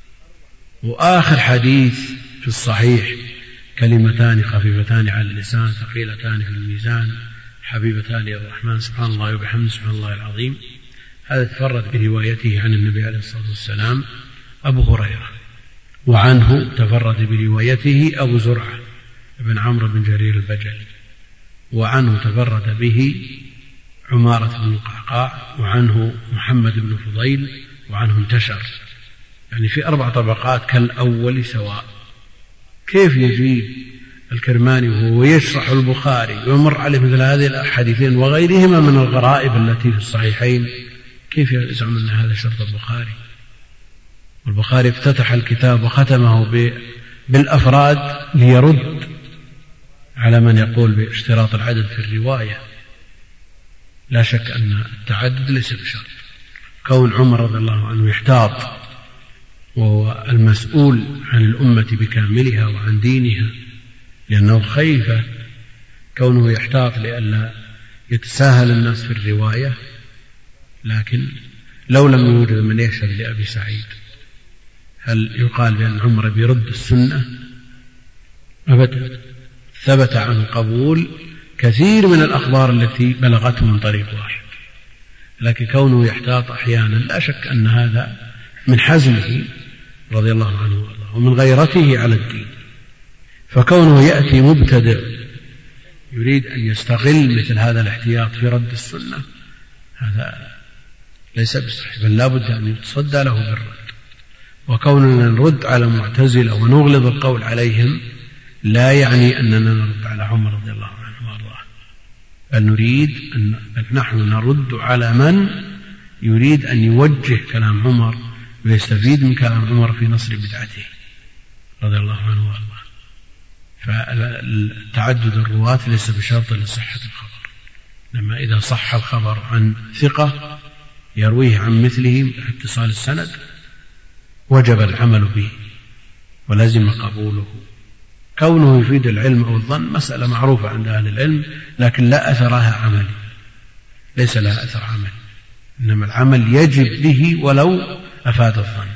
وآخر حديث في الصحيح: كلمتان خفيفتان على اللسان ثقيلتان في الميزان حبيبتان إلى الرحمن سبحان الله وبحمده سبحان الله العظيم، هذا تفرد بروايته عن النبي عليه الصلاة والسلام أبو هريرة، وعنه تفرد بروايته أبو زرعة بن عمرو بن جرير البجلي، وعنه تفرد به عمارة بن القعقاع، وعنه محمد بن فضيل، وعنه انتشر. يعني في 4 طبقات كالأول سواء. كيف يجيب الكرماني وهو يشرح البخاري ويمر عليه مثل هذه الحديثين وغيرهما من الغرائب التي في الصحيحين، كيف يزعم أن هذا شرط البخاري؟ والبخاري افتتح الكتاب وختمه بالأفراد ليرد على من يقول باشتراط العدد في الرواية. لا شك أن التعدد ليس بشرط. كون عمر رضي الله عنه يحتاط وهو المسؤول عن الأمة بكاملها وعن دينها لأنه خيفة، كونه يحتاط لئلا يتساهل الناس في الرواية. لكن لو لم يوجد من يشهد لأبي سعيد هل يقال بأن عمر بيرد السنة؟ أبدا، ثبت عنه قبول كثير من الأخبار التي بلغته من طريق واحد، لكن كونه يحتاط أحيانا لا شك أن هذا من حزمه رضي الله عنه وارضاه ومن غيرته على الدين. فكونه يأتي مبتدع يريد أن يستغل مثل هذا الاحتياط في رد السنة هذا ليس بصحيح، بل لا بد أن يتصدى له بالرد. وكوننا نرد على المعتزلة ونغلظ القول عليهم لا يعني أننا نرد على عمر رضي الله عنه وارضاه، بل نحن نرد على من يريد أن يوجه كلام عمر ويستفيد من كلام عمر في نصر بدعته رضي الله عنه وارضاه. فتعدد الرواة ليس بشرط لصحة الخبر، لما إذا صح الخبر عن ثقة يرويه عن مثله اتصال السند وجب العمل به ولازم قبوله. كونه يفيد العلم أو الظن مسألة معروفة عند أهل العلم، لكن لا أثر لها عملي، ليس لها أثر عملي، إنما العمل يجب به ولو أفاد الظن.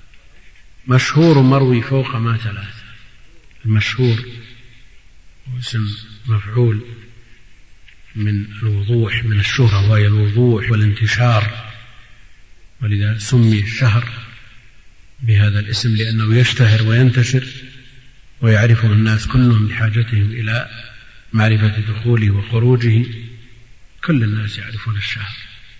مشهور مروي فوق ما 3. المشهور اسم مفعول من الوضوح، من الشهرة، وهي الوضوح والانتشار، ولذا سمي الشهر بهذا الاسم لأنه يشتهر وينتشر ويعرفه الناس كلهم لحاجتهم إلى معرفة دخوله وخروجه، كل الناس يعرفون الشهر.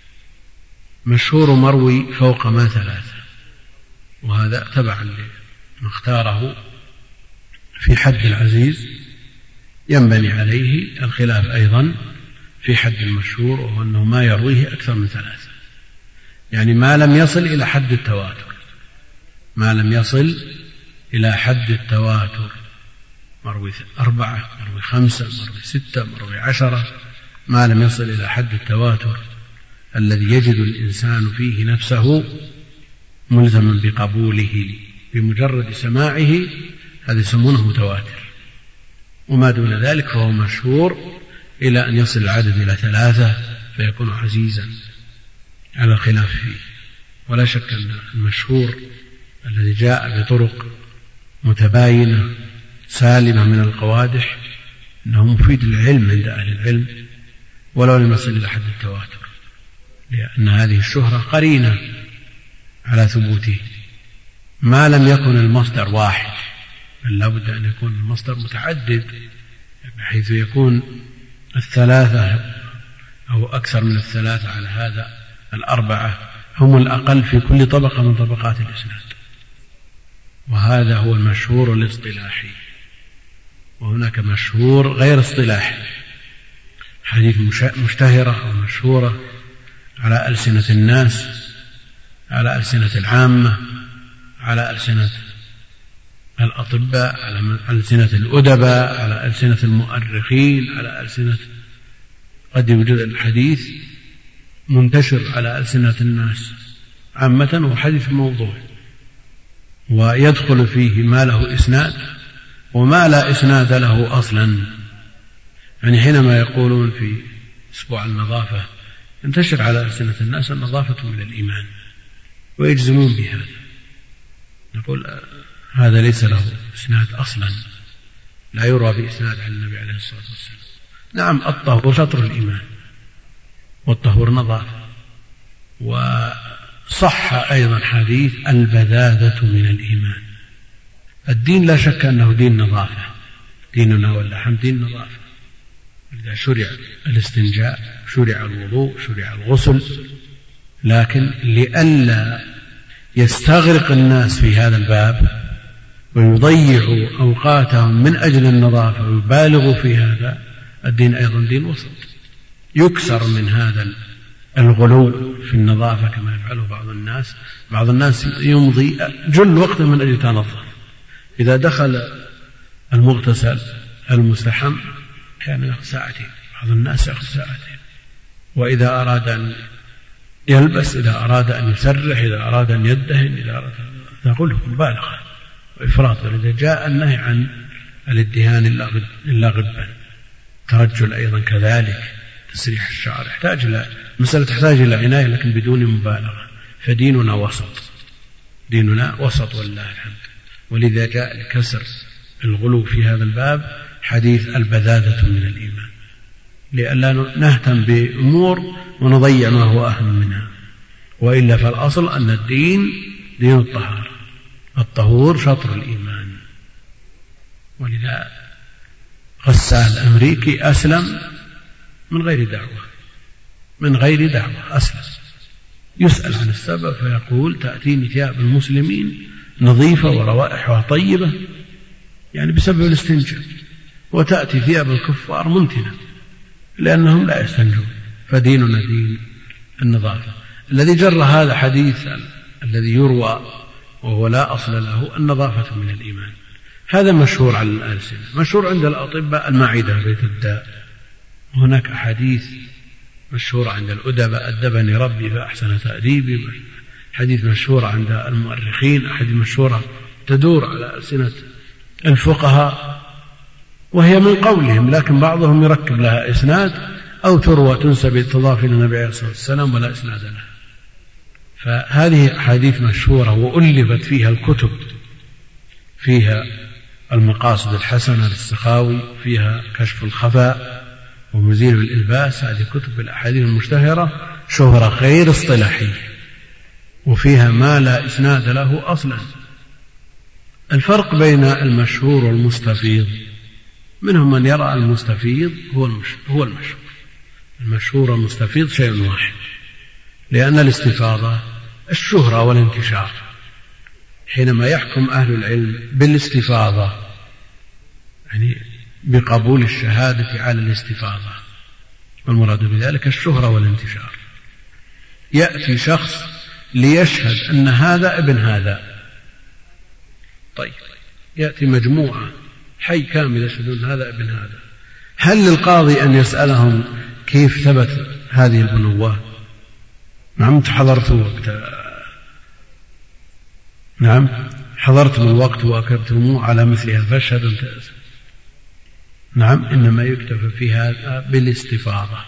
مشهور مروي فوق ما 3، وهذا تبعا لما اختاره في حد العزيز ينبني عليه الخلاف أيضا في حد المشهور، وهو أنه ما يرويه أكثر من 3، يعني ما لم يصل إلى حد التواتر، ما لم يصل إلى حد التواتر، مروي 4، مروي 5، مروي 6، مروي 10، ما لم يصل إلى حد التواتر الذي يجد الإنسان فيه نفسه ملزما بقبوله بمجرد سماعه، هذا يسمونه متواتر. وما دون ذلك فهو مشهور إلى أن يصل العدد إلى 3 فيكون عزيزا على الخلاف فيه. ولا شك أن المشهور الذي جاء بطرق متباينة سالمة من القوادح أنه مفيد للعلم عند أهل العلم ولو لم يصل إلى حد التواتر، لأن هذه الشهرة قرينة على ثبوته. ما لم يكن المصدر واحد، بل لا بد أن يكون المصدر متعدد، بحيث يكون 3 أو أكثر من 3 على هذا 4 هم الأقل في كل طبقة من طبقات الإسناد. وهذا هو المشهور الاصطلاحي. وهناك مشهور غير اصطلاحي، حديث مشتهرة أو مشهورة على ألسنة الناس، على ألسنة العامة، على ألسنة الأطباء، على ألسنة الأدباء، على ألسنة المؤرخين، على ألسنة، قد يوجد الحديث منتشر على ألسنة الناس عامة وحديث موضوع، ويدخل فيه ما له إسناد وما لا إسناد له أصلا. يعني حينما يقولون في أسبوع النظافة ينتشر على ألسنة الناس النظافة من الإيمان ويجزمون بهذا، نقول هذا ليس له إسناد أصلا، لا يروى بإسناد عن النبي عليه الصلاة والسلام. نعم الطهور شطر الإيمان والطهور نظافة. وصح أيضا حديث البذاذة من الإيمان. الدين لا شك أنه دين نظافة، ديننا واللحم دين نظافة، إذا شرع الاستنجاء، شرع الوضوء، شرع الغسل، لكن لئلا يستغرق الناس في هذا الباب ويضيعوا أوقاتهم من أجل النظافة ويبالغوا في هذا، الدين أيضا دين وسط، يكسر من هذا الغلو في النظافة كما يفعله بعض الناس يمضي جل وقته من أجل تنظف. إذا دخل المغتسل المستحم كان يأخذ ساعتين، بعض الناس يأخذ ساعتين. وإذا أراد أن يلبس، إذا أراد أن يسرح، إذا أراد أن يدهن، إذا أراد تقوله مبالغة وإفراط. ولذا جاء النهي عن الادهان إلا غبا. ترجل أيضا كذلك، تسريح الشعر مسألة تحتاج إلى عناية لكن بدون مبالغة. فديننا وسط، ديننا وسط والله الحمد. ولذا جاء لكسر الغلو في هذا الباب حديث البذاذة من الإيمان، لئلا نهتم بأمور ونضيع ما هو أهم منها. وإلا فالأصل أن الدين دين الطهارة، الطهور شطر الإيمان. ولذا غسال الأمريكي أسلم من غير دعوة، أسلم يسأل عن السبب فيقول تأتيني ثياب المسلمين نظيفة وروائحها طيبة، يعني بسبب الاستنجاء، وتأتي ثياب الكفار منتنة لأنهم لا يستنجون، فديننا دين النظافة. الذي جر هذا حديث الذي يروى وهو لا أصل له النظافة من الإيمان، هذا مشهور على الألسنة، مشهور عند الأطباء المعدة بيت الداء. هناك أحاديث مشهورة عند الأدباء أدبني ربي فأحسن تأديبي، حديث مشهورة عند المؤرخين، أحاديث مشهورة تدور على ألسنة الفقهاء وهي من قولهم، لكن بعضهم يركب لها إسناد أو تروى تنسب تضاف إلى النبي عليه الصلاة والسلام ولا إسناد لها. فهذه أحاديث مشهورة وألفت فيها الكتب، فيها المقاصد الحسنة للسخاوي، فيها كشف الخفاء ومزيل الإلباس، هذه كتب الأحاديث المشتهرة شهرة غير اصطلاحية، وفيها ما لا إسناد له أصلا. الفرق بين المشهور والمستفيض، منهم من يرى المستفيض هو المشهور، المشهور والمستفيض شيء واحد، لأن الاستفاضة الشهرة والانتشار. حينما يحكم أهل العلم بالاستفاضة يعني بقبول الشهادة على الاستفاضة، والمراد بذلك الشهرة والانتشار. يأتي شخص ليشهد أن هذا ابن هذا، طيب يأتي مجموعة حي كامل يشهدون هذا ابن هذا، هل للقاضي أن يسألهم كيف ثبت هذه البنوة؟ نعم حضرت وقت، نعم حضرت من الوقت وأكبتموه على مثلها فاشهدوا. نعم إنما يكتفى في هذا بالاستفاضة،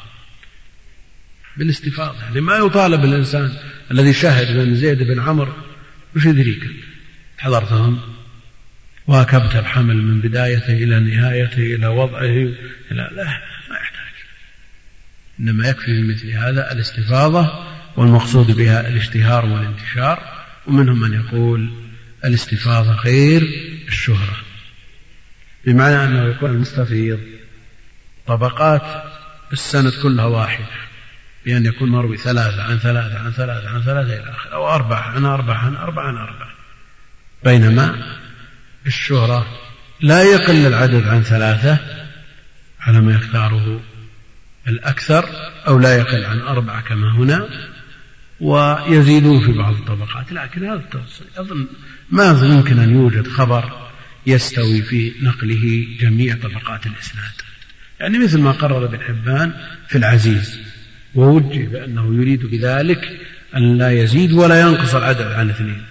يعني ما يطالب الإنسان الذي شهد بن زيد بن عمرو وش يدريك حضرتهم واكبت الحمل من بدايته إلى نهايته إلى وضعه، لا ما يحتاج، إنما يكفي مثل هذا الاستفاضة، والمقصود بها الاشتهار والانتشار. ومنهم من يقول الاستفاضة غير الشهرة، بمعنى أنه يكون المستفيض طبقات السند كلها واحدة، بأن يكون مروي 3 عن 3 عن 3 عن 3 إلى آخر، أو 4 عن 4 عن 4 عن 4. بينما الشهرة لا يقل العدد عن 3 على ما يختاره الأكثر، أو لا يقل عن 4 كما هنا، ويزيدون في بعض الطبقات. لكن هذا أظن ما يمكن أن يوجد خبر يستوي في نقله جميع طبقات الإسناد، يعني مثل ما قرر ابن حبان في العزيز، ووجه بأنه يريد بذلك أن لا يزيد ولا ينقص العدد عن 2.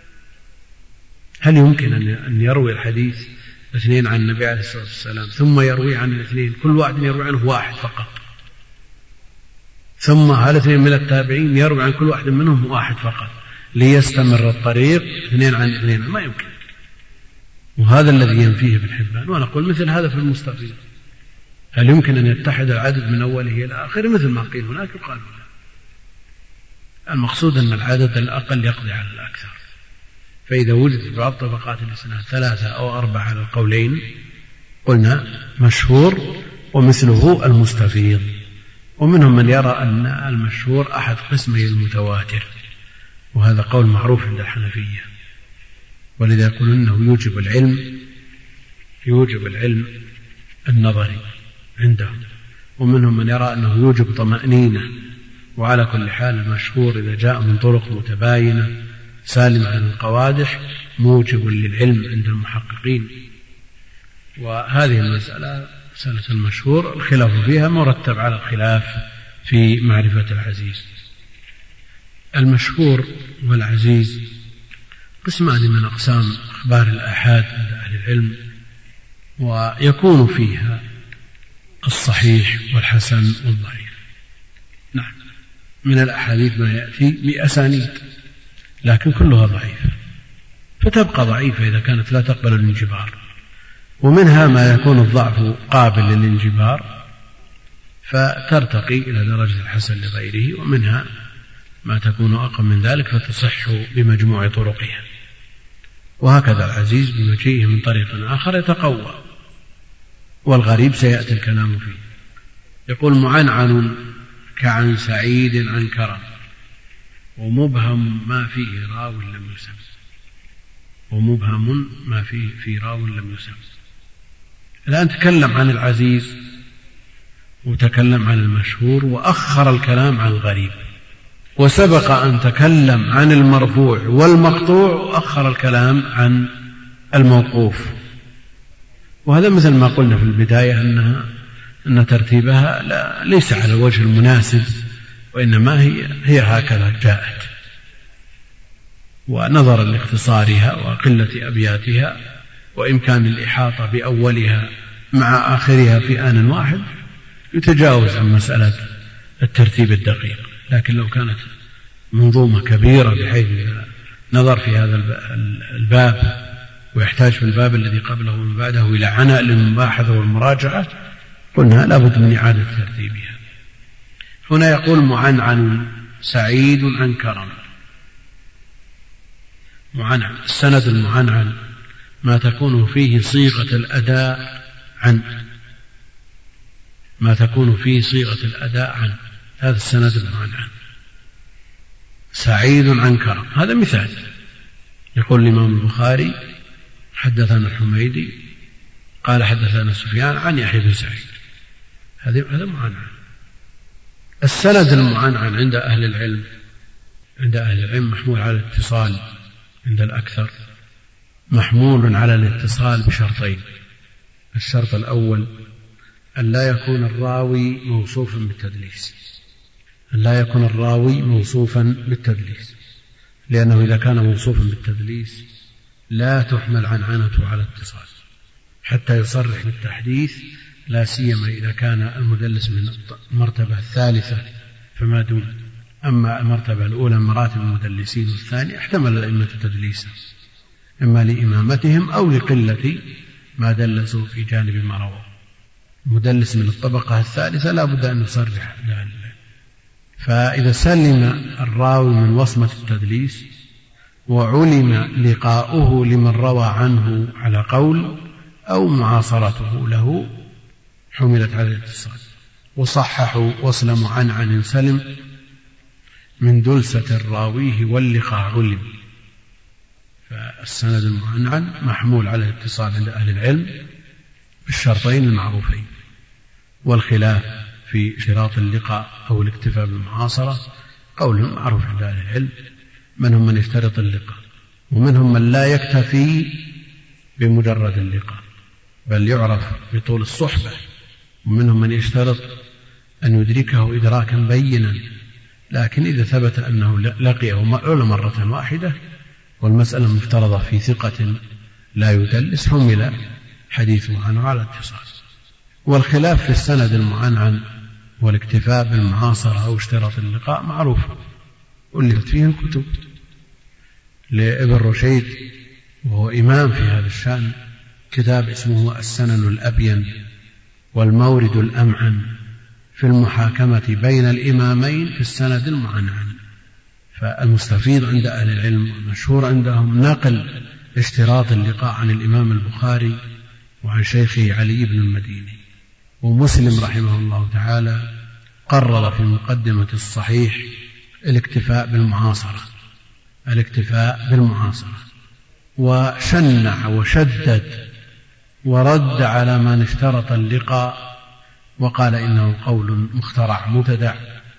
هل يمكن أن يروي الحديث 2 عن النبي عليه الصلاة والسلام ثم يروي عن 2 كل واحد يروي عنه 1 فقط، ثم هل 2 من التابعين يروي عن كل واحد منهم 1 فقط ليستمر الطريق 2 عن 2؟ ما يمكن، وهذا الذي ينفيه ابن حبان. ونقول مثل هذا في المستفيض، هل يمكن أن يتحد العدد من أوله إلى آخره مثل ما قيل هناك؟ يقال لا، المقصود أن العدد الأقل يقضي على الأكثر. فإذا وجد في بعض طبقات الإسناد 3 أو 4 على القولين قلنا مشهور ومثله المستفيض. ومنهم من يرى أن المشهور أحد قسمي المتواتر، وهذا قول معروف عند الحنفية، ولذا يقولون أنه يوجب العلم النظري عندهم. ومنهم من يرى أنه يوجب طمأنينة. وعلى كل حال المشهور إذا جاء من طرق متباينة سالمة عن القوادح موجب للعلم عند المحققين. وهذه المسألة مسألة المشهور الخلاف فيها مرتب على الخلاف في معرفة العزيز. المشهور والعزيز قسمان من أقسام أخبار الآحاد عند أهل العلم، ويكون فيها الصحيح والحسن والضعيف. نعم، من الأحاديث ما يأتي بأسانيد لكن كلها ضعيفة، فتبقى ضعيفة إذا كانت لا تقبل الانجبار، ومنها ما يكون الضعف قابل للانجبار فترتقي إلى درجة الحسن لغيره، ومنها ما تكون أقل من ذلك فتصح بمجموع طرقها. وهكذا العزيز بمجيئه من طريق آخر يتقوى. والغريب سيأتي الكلام فيه. يقول معنعن كعن سعيد عن كرم، ومبهم ما فيه راو لم يسم، ومبهم ما فيه في راو لم يسم. الآن تكلم عن العزيز وتكلم عن المشهور وأخر الكلام عن الغريب، وسبق أن تكلم عن المرفوع والمقطوع وأخر الكلام عن الموقوف. وهذا مثل ما قلنا في البداية أن ترتيبها ليس على الوجه المناسب، وإنما هي هكذا جاءت، ونظرا لاختصارها وقلة أبياتها وإمكان الإحاطة بأولها مع آخرها في آن واحد يتجاوز عن مسألة الترتيب الدقيق. لكن لو كانت منظومة كبيرة بحيث نظر في هذا الباب ويحتاج في الباب الذي قبله ومن بعده إلى عناء للمباحثة والمراجعة، قلنا لابد من إعادة ترتيبها. هنا يقول معنعن سعيد عن كرم. معنعن، السند المعنعن ما تكون فيه صيغة الأداء عن، ما تكون فيه صيغة الأداء عن، هذا السند المعنعن. سعيد عن كرم هذا مثال. يقول الإمام البخاري حدثنا الحميدي قال حدثنا سفيان عن يحيى بن سعيد، هذا معنعن. السند المعنعن عند أهل العلم محمول على الاتصال، عند الأكثر محمول على الاتصال بشرطين. الشرط الأول أن لا يكون الراوي موصوفا بالتدليس، أن لا يكون الراوي موصوفا بالتدليس، لأنه إذا كان موصوفا بالتدليس لا تحمل عنعنته على الاتصال حتى يصرح بالتحديث، لا سيما إذا كان المدلس من المرتبة الثالثة فما دون. أما المرتبة الأولى مراتب المدلسين والثانية احتمل الأئمة تدليسا، إما لإمامتهم أو لقلة ما دلسوا في جانب ما رواه. المدلس من الطبقة الثالثة لا بد أن يصرح ذلك. فإذا سلم الراوي من وصمة التدليس وعلم لقاؤه لمن روى عنه على قول أو معاصرته له حملت على الاتصال. وصححوا وصل معنعن سلم من دلسة الراويه واللقاء علم. فالسند المعنعن محمول على الاتصال عند أهل العلم بالشرطين المعروفين. والخلاف في شراط اللقاء أو الاكتفاء بالمعاصرة قول معروف عند أهل العلم، منهم من يشترط اللقاء ومنهم من لا يكتفي بمجرد اللقاء بل يعرف بطول الصحبة، ومنهم من يشترط أن يدركه إدراكا بينا، لكن إذا ثبت أنه لقيه ولا مرة واحدة والمسألة مفترضة في ثقة لا يدلس حمل حديثه عنه على اتصال. والخلاف في السند المعنعن والاكتفاء بالمعاصرة أو اشتراط اللقاء معروف، ألفت فيه الكتب لابن رشيد وهو إمام في هذا الشأن، كتاب اسمه السنن الأبين والمورد الأمعن في المحاكمة بين الإمامين في السند المعنعن. فالمستفيض عند أهل العلم والمشهور عندهم نقل اشتراط اللقاء عن الإمام البخاري وعن شيخه علي بن المديني. ومسلم رحمه الله تعالى قرر في مقدمة الصحيح الاكتفاء بالمعاصرة، وشنع وشدد ورد على من اشترط اللقاء وقال إنه قول مخترع مبتدع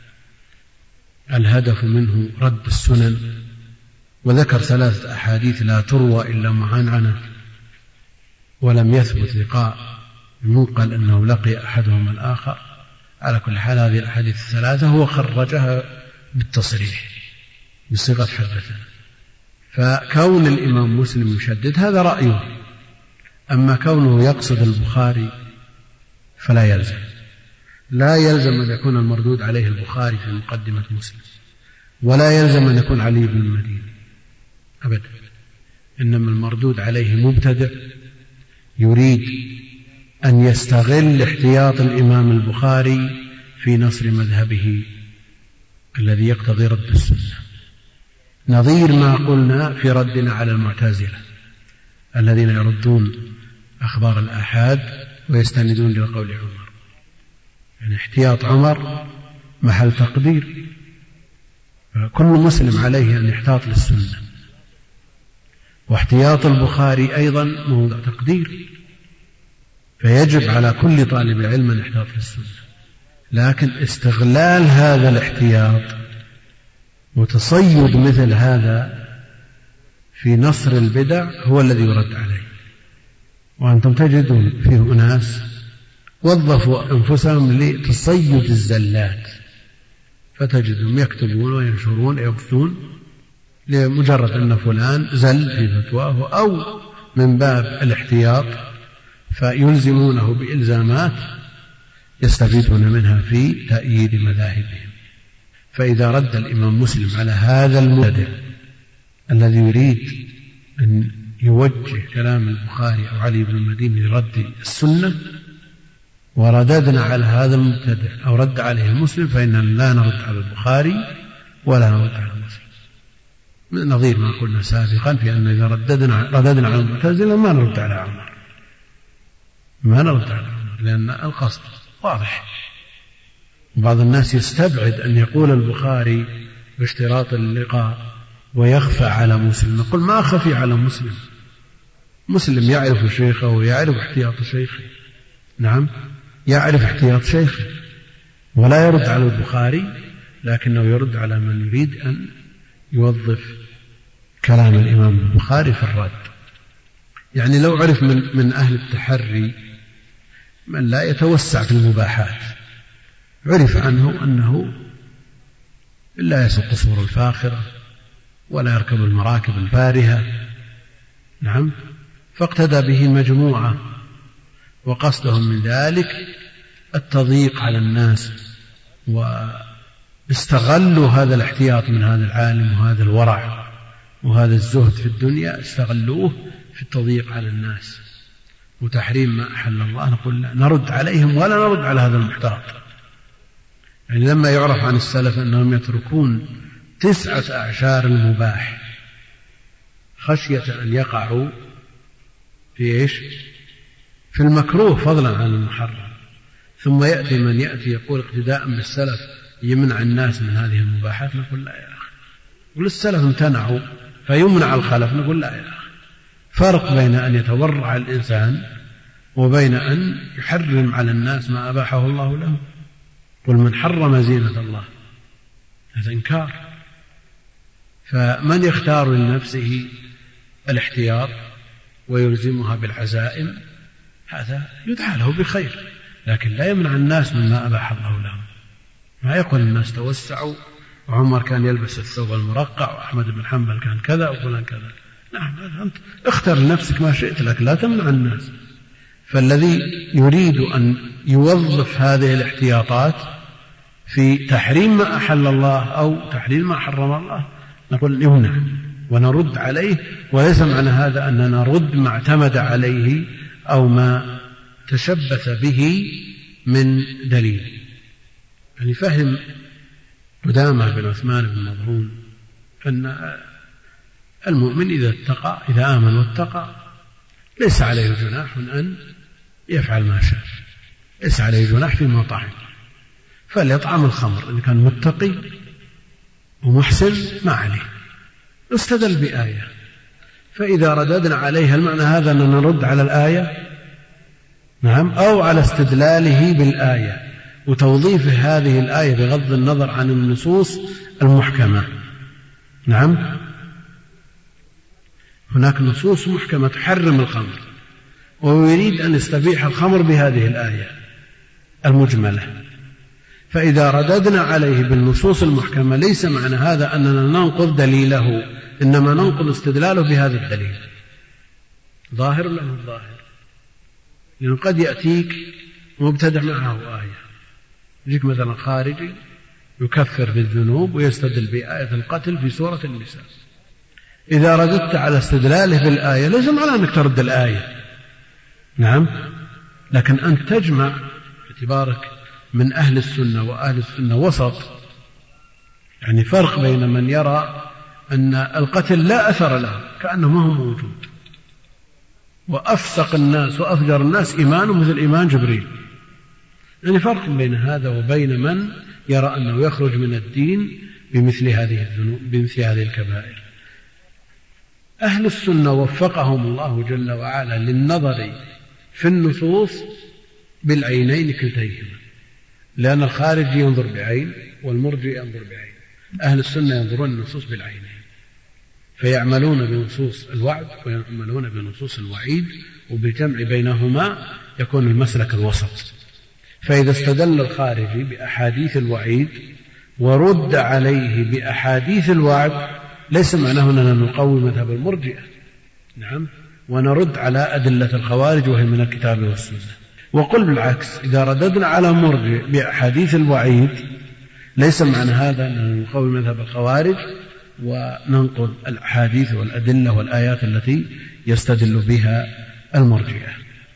الهدف منه رد السنن، وذكر 3 أحاديث لا تروى إلا معنعنة ولم يثبت لقاء ينقل أنه لقي أحدهما الآخر. على كل حال هذه الأحاديث 3 هو خرجها بالتصريح بصيغة حدثنا. فكون الإمام مسلم يشدد هذا رأيه، أما كونه يقصد البخاري فلا يلزم، لا يلزم أن يكون المردود عليه البخاري في مقدمة مسلم، ولا يلزم أن يكون علي بن المديني أبدا، إنما المردود عليه مبتدع يريد أن يستغل احتياط الإمام البخاري في نصر مذهبه الذي يقتضي رد السنة، نظير ما قلنا في ردنا على المعتزلة الذين يردون أخبار الآحاد ويستندون لقول عمر. يعني احتياط عمر محل تقدير، كل مسلم عليه أن يحتاط للسنة، واحتياط البخاري أيضا موضع تقدير، فيجب على كل طالب علم أن يحتاط للسنة، لكن استغلال هذا الاحتياط وتصيد مثل هذا في نصر البدع هو الذي يرد عليه. وأنتم تجدون فيه أناس وظفوا أنفسهم لتصيد الزلات، فتجدهم يكتبون وينشرون ويبثون لمجرد أن فلان زل في فتواه أو من باب الاحتياط، فيلزمونه بإلزامات يستفيدون منها في تأييد مذاهبهم. فإذا رد الإمام مسلم على هذا المبتدع الذي يريد أن يوجه كلام البخاري أو علي بن المديني لرد السنة، ورددنا على هذا المبتدع أو رد عليه المسلم، فإننا لا نرد على البخاري ولا نرد على مسلم، من نظير ما قلنا سابقا في أن إذا رددنا على المعتزلة ما نرد على عمر، لأن القصد واضح. بعض الناس يستبعد أن يقول البخاري باشتراط اللقاء ويخفى على مسلم. نقول ما خفي على مسلم، مسلم يعرف شيخه ويعرف احتياط شيخه، نعم يعرف احتياط شيخه، ولا يرد على البخاري، لكنه يرد على من يريد أن يوظف كلام الإمام البخاري في الرد. يعني لو عرف من أهل التحري من لا يتوسع في المباحات، عرف عنه أنه لا يسوق قصور الفاخرة ولا يركب المراكب الفارهة، نعم، فاقتدى به مجموعة وقصدهم من ذلك التضييق على الناس، واستغلوا هذا الاحتياط من هذا العالم وهذا الورع وهذا الزهد في الدنيا، استغلوه في التضييق على الناس وتحريم ما أحل الله. نقول لا، نرد عليهم ولا نرد على هذا المحتاط. يعني لما يعرف عن السلف أنهم يتركون 9 أعشار المباح خشية أن يقعوا في في المكروه فضلا عن المحرم، ثم يأتي من يأتي يقول اقتداء بالسلف يمنع الناس من هذه المباحات، نقول لا يا أخي. يقول السلف امتنعوا فيمنع الخلف، نقول لا يا أخي. فرق بين أن يتورع الإنسان وبين أن يحرم على الناس ما أباحه الله له. قل من حرم زينة الله، هذا إنكار. فمن يختار لنفسه الاحتياط ويلزمها بالعزائم هذا يدعى له بخير، لكن لا يمنع الناس مما أباح الله لهم. ما يقول الناس توسعوا وعمر كان يلبس الثوب المرقع وأحمد بن حنبل كان كذا وفلان كذا. نعم، أنت اختر لنفسك ما شئت، لك لا تمنع الناس. فالذي يريد أن يوظف هذه الاحتياطات في تحريم ما أحل الله أو تحليل ما حرم الله، نقول يمنع ونرد عليه، وليس معنى هذا أننا نرد ما اعتمد عليه أو ما تشبث به من دليل. يعني فهم قدامة بن عثمان بن مظعون أن المؤمن إذا آمن واتقى ليس عليه جناح أن يفعل ما شاء، ليس عليه جناح فيما طعم، فليطعم الخمر إن كان متقي ومحسن ما عليه. استدل بآية، فإذا رددنا عليها المعنى هذا أننا نرد على الآية، نعم، أو على استدلاله بالآية وتوظيف هذه الآية بغض النظر عن النصوص المحكمة. نعم، هناك نصوص محكمة تحرم الخمر ويريد أن يستبيح الخمر بهذه الآية المجملة، فإذا رددنا عليه بالنصوص المحكمة ليس معنى هذا أننا ننقض دليله، إنما ننقض استدلاله بهذا الدليل. ظاهر له الظاهر، لأنه قد يأتيك مبتدع معه آية، يجيك مثلا خارجي يكفر بالذنوب ويستدل بآية القتل في سورة النساء. إذا رددت على استدلاله بالآية ليس معنى أنك ترد الآية، نعم، لكن أن تجمع باعتبارك من أهل السنة، وأهل السنة وسط، يعني فرق بين من يرى أن القتل لا أثر له كأنه ما هو موجود، وأفسق الناس وأفجر الناس إيمانه مثل إيمان جبريل. يعني فرق بين هذا وبين من يرى أنه يخرج من الدين بمثل هذه الذنوب بمثل هذه الكبائر. أهل السنة وفقهم الله جل وعلا للنظر في النصوص بالعينين كلتيهما، لأن الخارج ينظر بعين والمرجئ ينظر بعين. أهل السنة ينظرون النصوص بالعينين، فيعملون بنصوص الوعد ويعملون بنصوص الوعيد، وبالجمع بينهما يكون المسلك الوسط. فإذا استدل الخارجي بأحاديث الوعيد ورد عليه بأحاديث الوعد ليس معناه أننا نقوي مذهب المرجئة، نعم، ونرد على أدلة الخوارج وهي من الكتاب والسنة. وقل بالعكس، إذا رددنا على مرجئ بأحاديث الوعيد ليس معنى هذا أننا نقوي مذهب الخوارج وننقل الأحاديث والأدلة والآيات التي يستدل بها المرجئة.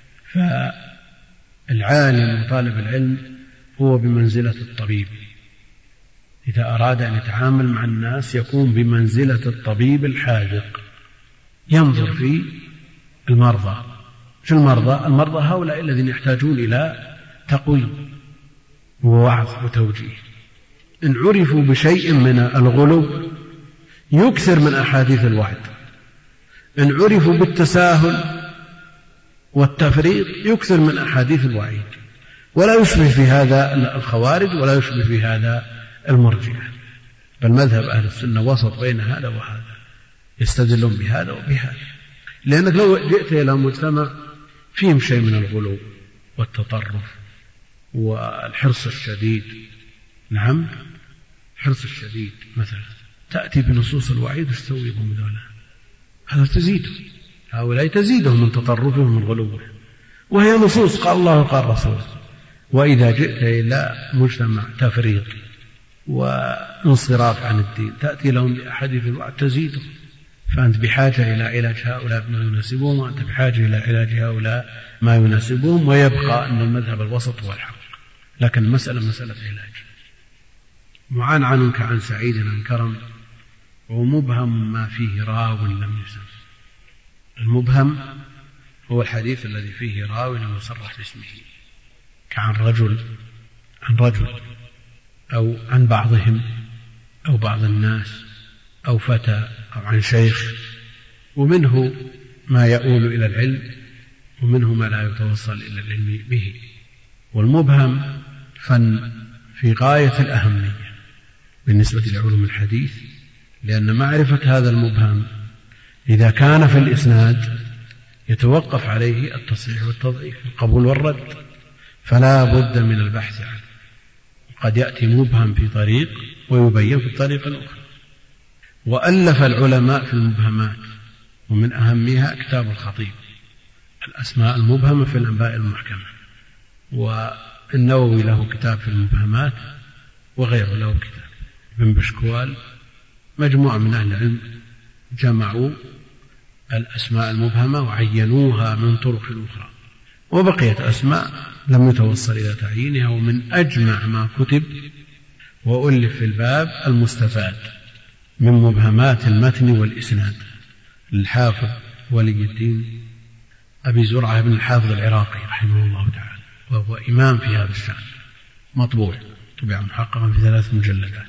فالعالم وطالب العلم هو بمنزلة الطبيب، إذا أراد أن يتعامل مع الناس يكون بمنزلة الطبيب الحاذق، ينظر في المرضى. شو المرضى؟ المرضى هؤلاء الذين يحتاجون إلى تقويم ووعظ وتوجيه. إن عرفوا بشيء من الغلو يكثر من أحاديث الوعد، إن عرفوا بالتساهل والتفريط يكثر من أحاديث الوعيد، ولا يشبه في هذا الخوارج ولا يشبه في هذا المرجئة. بل مذهب أهل السنة وسط بين هذا وهذا، يستدلون بهذا وبهذا. لأنك لو جئت إلى مجتمع فيهم شيء من الغلو والتطرف والحرص الشديد، نعم، حرص الشديد مثلا، تأتي بنصوص الوعيد وتسوي بهم ذولا، هذا تزيد، هؤلاء تزيدهم من تطرفهم من غلوهم، وهي نصوص قال الله وقال رسوله. وإذا جئت إلى مجتمع تفريط وانصراف عن الدين تأتي لهم بأحاديث الوعد تزيدهم، فأنت بحاجة إلى علاج هؤلاء ما يناسبهم، وأنت بحاجة إلى علاج هؤلاء ما يناسبهم، ويبقى أن المذهب الوسط هو الحق. لكن المسألة مسألة علاج. معنعن كعن سعيد عن كرم، ومبهم ما فيه راو لم يسم. المبهم هو الحديث الذي فيه راو لم يصرح باسمه، كعن رجل عن رجل، أو عن بعضهم أو بعض الناس، أو فتى، أو عن شيخ. ومنه ما يؤول إلى العلم، ومنه ما لا يتوصل إلى العلم به. والمبهم فن في غاية الأهمية بالنسبة لعلوم الحديث، لأن معرفة هذا المبهم إذا كان في الإسناد يتوقف عليه التصحيح والتضعيف، القبول والرد، فلا بد من البحث عنه. قد يأتي مبهم في طريق ويبين في الطريق الأخرى. وألف العلماء في المبهمات، ومن أهمها كتاب الخطيب الأسماء المبهمة في الأنباء المحكمة، والنووي له كتاب في المبهمات، وغيره له كتاب. ابن بشكوال، مجموعة من أهل العلم جمعوا الأسماء المبهمة وعينوها من طرق أخرى، وبقيت أسماء لم يتوصل إلى تعيينها. ومن أجمع ما كتب وألف في الباب المستفاد من مبهمات المتن والإسناد للحافظ ولي الدين أبي زرعة بن الحافظ العراقي رحمه الله تعالى، وهو إمام في هذا الشأن، مطبوع، طبع محققا في 3 مجلدات.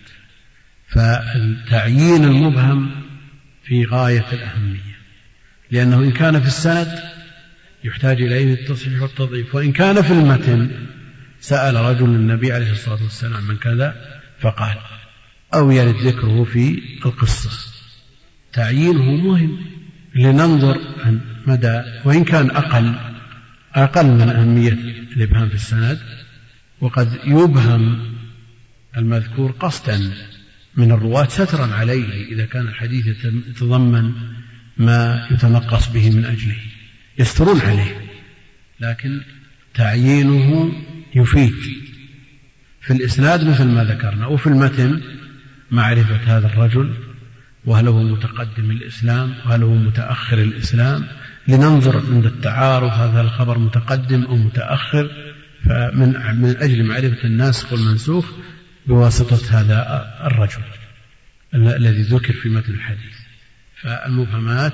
فالتعيين المبهم في غاية الأهمية، لأنه إن كان في السند يحتاج إليه التصحيح والتضعيف، وإن كان في المتن سأل رجل النبي عليه الصلاة والسلام من كذا فقال، أو يرد ذكره في القصة. تعيينه مهم لننظر عن مدى، وإن كان أقل من أهمية الإبهام في السند، وقد يبهم المذكور قصدا من الرواة سترا عليه إذا كان الحديث يتضمن ما يتنقص به من أجله، يسترون عليه. لكن تعيينه يفيد في الإسناد مثل ما ذكرنا، وفي المتن معرفة هذا الرجل، وهل هو متقدم الإسلام وهل هو متأخر الإسلام، لننظر عند التعارض هذا الخبر متقدم أو متأخر، فمن أجل معرفة الناسخ والمنسوخ بواسطة هذا الرجل الذي ذكر في متن الحديث. فالمبهمات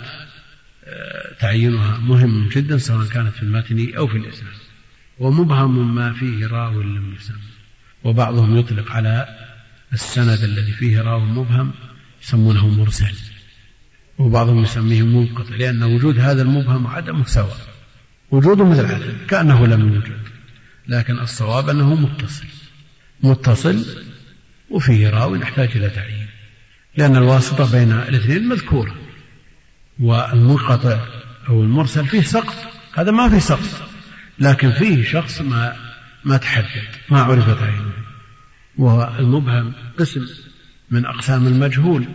تعيينها مهم جدا سواء كانت في المتن أو في الإسناد. ومبهم ما فيه راو لم يسمى، وبعضهم يطلق على السند الذي فيه راو مبهم يسمونه مرسل، وبعضهم يسميه منقطع، لأن وجود هذا المبهم وعدمه سواء، وجوده مثل عدم كأنه لم يوجد، لكن الصواب أنه متصل وفيه راوي يحتاج إلى تعيين، لأن الواسطة بين الاثنين مذكورة، والمنقطع أو المرسل فيه سقط، هذا ما فيه سقط، لكن فيه شخص ما تحدد، ما عرفت عينه. والمبهم قسم من أقسام المجهول،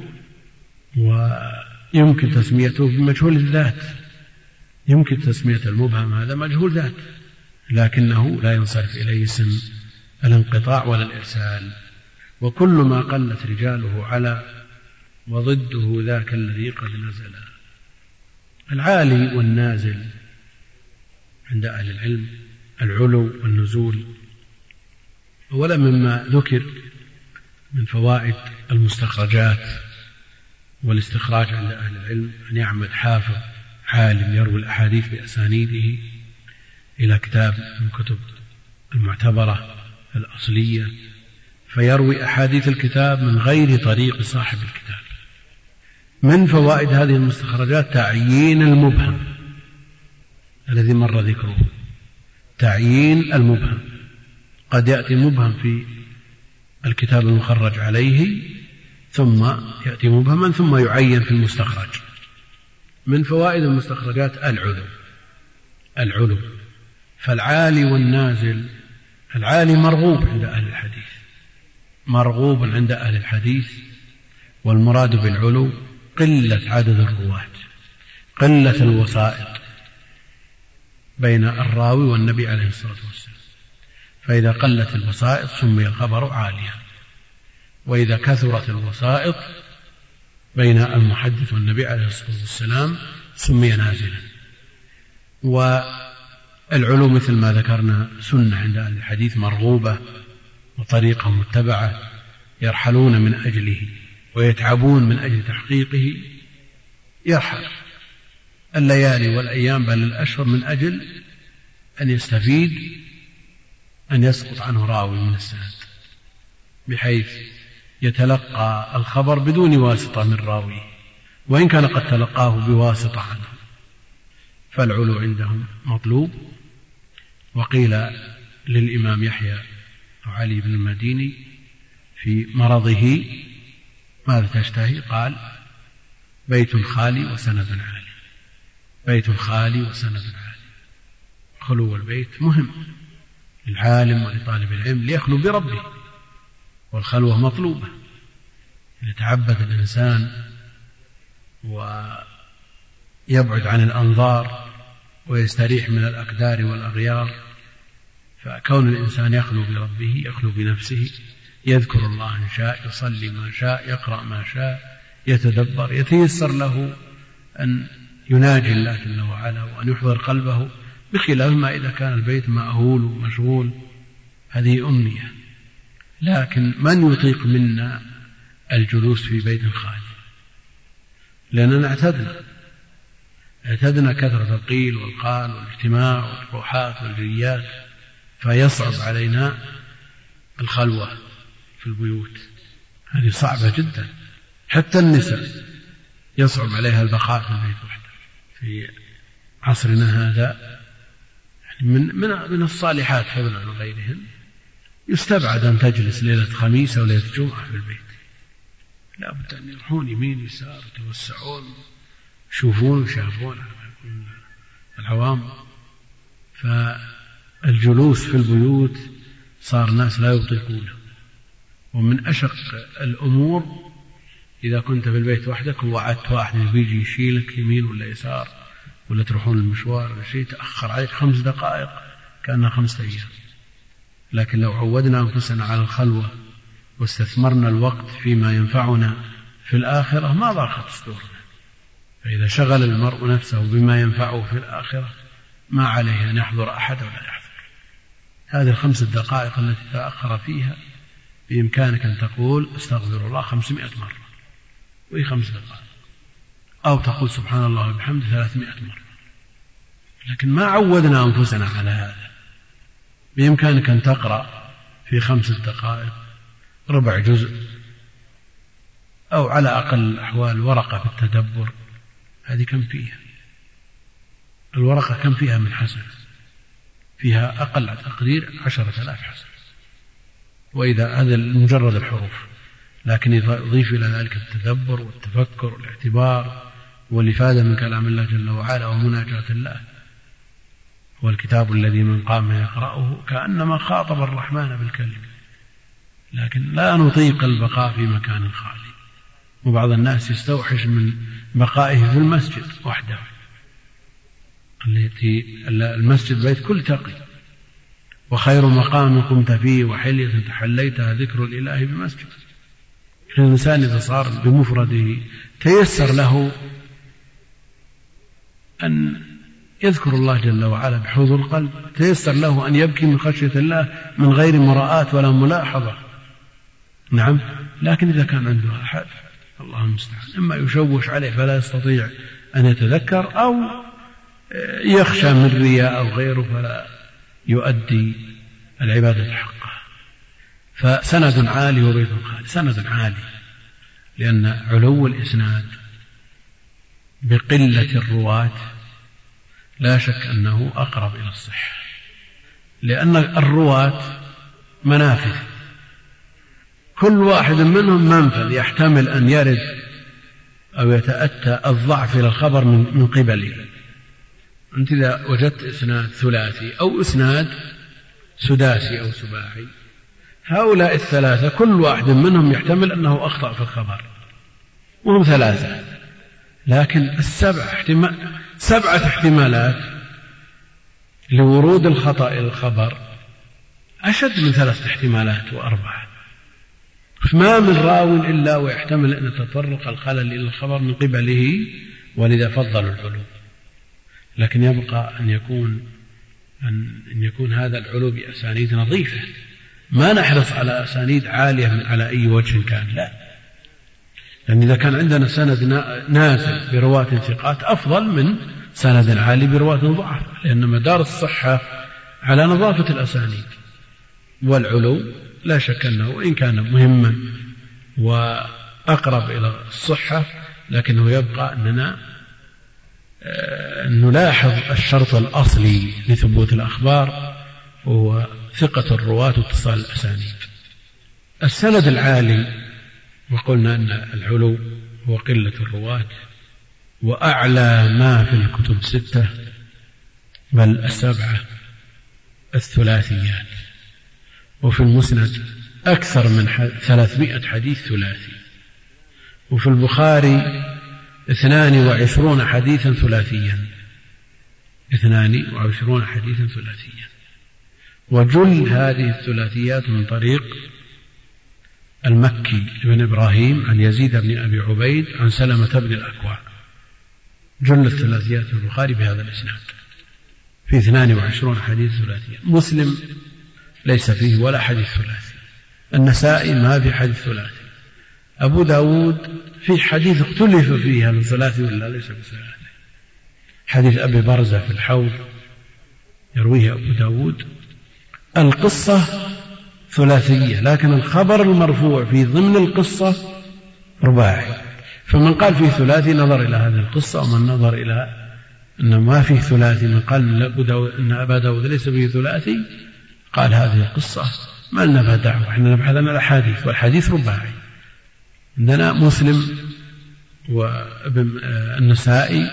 ويمكن تسميته بمجهول الذات، يمكن تسمية المبهم هذا مجهول ذات، لكنه لا ينصرف إليه اسم الانقطاع ولا الإرسال. وكل ما قلت رجاله على وضده ذاك الذي قد نزل. العالي والنازل عند أهل العلم، العلو والنزول. أولا مما ذكر من فوائد المستخرجات والاستخراج عند أهل العلم أن يعمد حافظ عالم يروي الأحاديث بأسانيده إلى كتاب من كتب المعتبرة الأصلية، فيروي أحاديث الكتاب من غير طريق صاحب الكتاب. من فوائد هذه المستخرجات تعيين المبهم الذي مر ذكره، تعيين المبهم. قد يأتي مبهم في الكتاب المخرج عليه، ثم يأتي مبهما ثم يعين في المستخرج. من فوائد المستخرجات العلو. فالعالي والنازل، العالي مرغوب عند أهل الحديث، مرغوب عند أهل الحديث، والمراد بالعلو قلة عدد الرواة، قلة الوسائط بين الراوي والنبي عليه الصلاة والسلام، فإذا قلت الوسائط سمي الخبر عاليا، وإذا كثرت الوسائط بين المحدث والنبي عليه الصلاة والسلام سمي نازلا. والعلو مثل ما ذكرنا سنة عند أهل الحديث مرغوبة وطريقة متبعة، يرحلون من أجله ويتعبون من أجل تحقيقه، يرحل الليالي والأيام بل الأشهر من أجل أن يستفيد أن يسقط عنه راوي من السند، بحيث يتلقى الخبر بدون واسطة من راوي، وإن كان قد تلقاه بواسطة عنه. فالعلو عندهم مطلوب. وقيل للإمام يحيى أو علي بن المديني في مرضه ماذا تشتهي؟ قال بيت خالي وسند عالي، بيت خالي وسند عالي. خلو البيت مهم للعالم ولطالب العلم ليخلو بربه، والخلوة مطلوبة يتعبد الإنسان ويبعد عن الأنظار ويستريح من الأقدار والأغيار. فكون الإنسان يخلو بربه، يخلو بنفسه، يذكر الله إن شاء، يصلي ما شاء، يقرأ ما شاء، يتدبر، يتيسر له أن يناجي الله جل وعلا وأن يحضر قلبه، بخلاف ما إذا كان البيت مأهول ومشغول، هذه أمنية. لكن من يطيق منا الجلوس في بيت خالي؟ لأننا اعتدنا كثرة القيل والقال والاجتماع والروحات والجريات، فيصعب علينا الخلوة في البيوت، هذه صعبة جدا. حتى النساء يصعب عليها البقاء في البيت وحده في عصرنا هذا. من الصالحات فضلا عن غيرهن يستبعد أن تجلس ليلة خميس أو ليلة جمعة في البيت، لا بد أن يروحون يمين يسار يتوسعون يشوفون ويشافون العوام. فالجلوس في البيوت صار الناس لا يطيقونه. ومن أشق الأمور إذا كنت في البيت وحدك ووعدت واحد بيجي يشيلك يمين ولا يسار، ولا تروحون المشوار ولا شيء، تأخر عليك 5 دقائق كأنها 5 أيام. لكن لو عودنا أنفسنا على الخلوة واستثمرنا الوقت فيما ينفعنا في الآخرة ما ضاقت صدورنا. فإذا شغل المرء نفسه بما ينفعه في الآخرة ما عليه أن يحضر أحد ولا يحضر. هذه 5 دقائق التي تأخر فيها بإمكانك أن تقول استغفر الله 500 مرة، وهي 5 دقائق، أو تقول سبحان الله وبحمده 300 مرة. لكن ما عودنا أنفسنا على هذا. بإمكانك أن تقرأ في 5 دقائق ربع جزء أو على أقل الأحوال ورقة في التدبر، هذه كم فيها؟ الورقة كم فيها من حسنة؟ فيها أقل تقدير 10,000 حسنة، وإذا هذا مجرد الحروف، لكن يضيف إلى ذلك التدبر والتفكر والاعتبار والإفادة من كلام الله جل وعلا ومناجاة الله. والكتاب الذي من قام يقرأه كأنما خاطب الرحمن بالكلمة، لكن لا نطيق البقاء في مكان خالي، وبعض الناس يستوحش من بقائه في المسجد وحده، التي المسجد بيت كل تقي، وخير مقام قمت فيه وحلية تحليتها ذكر الإله بمسجد. الإنسان إذا صار بمفرده تيسر له أن يذكر الله جل وعلا بحضور القلب، تيسر له أن يبكي من خشية الله من غير مراءة ولا ملاحظة. نعم، لكن إذا كان عنده أحد الله المستعان إما يشوش عليه فلا يستطيع أن يتذكر، أو يخشى من رياء أو غيره فلا يؤدي العبادة حقها. فسند عالي وبيت خالي، سند عالي لأن علو الإسناد بقلة الرواة لا شك أنه أقرب إلى الصحة، لأن الرواة منافذ، كل واحد منهم منفذ يحتمل أن يرد أو يتأتى الضعف إلى الخبر من قبله. أنت إذا وجدت إسناد ثلاثي أو إسناد سداسي أو سباعي، هؤلاء الثلاثة كل واحد منهم يحتمل أنه أخطأ في الخبر، وهم ثلاثة، لكن سبعة احتمالات لورود الخطأ إلى الخبر أشد من 3 احتمالات و4. ما من راو إلا ويحتمل أن يتطرق الخلل إلى الخبر من قبله، ولذا فضلوا العلو. لكن يبقى أن يكون هذا العلو بأسانيد نظيفة، ما نحرص على أسانيد عالية من على أي وجه كان، لا، لأن إذا كان عندنا سند نازل برواة ثقات أفضل من سند عالي برواة ضعف، لأن مدار الصحة على نظافة الأسانيد. والعلو لا شك أنه وإن كان مهما وأقرب إلى الصحة، لكنه يبقى أننا نلاحظ الشرط الأصلي لثبوت الأخبار وهو ثقة الرواة واتصال الأسانيد. السند العالي، وقلنا أن العلو هو قلة الرواة، وأعلى ما في الكتب 6 بل 7 الثلاثيات، وفي المسند أكثر من 300 حديث ثلاثي، وفي البخاري 22 حديثا ثلاثيا، 22 حديثا ثلاثيا. وجل هذه الثلاثيات من طريق المكي بن إبراهيم عن يزيد بن أبي عبيد عن سلمة بن الأكوع، جل الثلاثيات في البخاري بهذا الإسناد في 22 حديث ثلاثيا. مسلم ليس فيه ولا حديث ثلاثي، النسائي ما في حديث ثلاثي، أبو داود في حديث اختلف فيه هل ثلاثي ولا ليس بثلاثي، حديث أبي برزة في الحوض يرويه أبو داود، القصة ثلاثية، لكن الخبر المرفوع في ضمن القصة رباعي، فمن قال فيه ثلاثي نظر إلى هذه القصة، ومن نظر إلى أن ما فيه ثلاثي، من قال أن أبا داود ليس فيه ثلاثي قال هذه القصة ما لنا بها دعوة، احنا نبحث عن الأحاديث، والحديث رباعي. عندنا مسلم والنسائي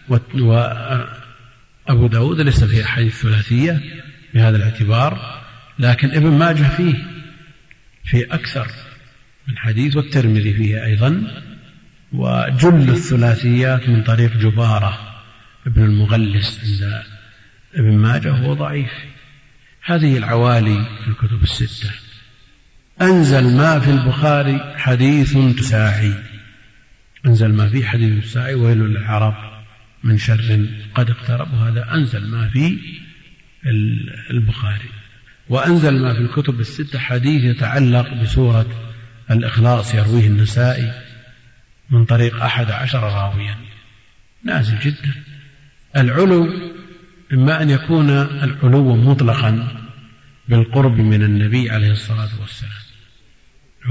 وأبو داود ليس فيه أحاديث ثلاثية بهذا الاعتبار، لكن ابن ماجه فيه أكثر من حديث، والترمذي فيه أيضا. وجل الثلاثيات من طريق جبارة ابن المغلس عند ابن ماجه هو ضعيف. هذه العوالي في الكتب 6. أنزل ما في البخاري حديث تساعي، أنزل ما فيه حديث تساعي ويل للعرب من شر قد اقترب، وهذا أنزل ما في البخاري. وأنزل ما في الكتب 6 حديث يتعلق بسورة الإخلاص يرويه النسائي من طريق 11 راويا، نازل جدا. العلو إما أن يكون العلو مطلقا بالقرب من النبي عليه الصلاة والسلام،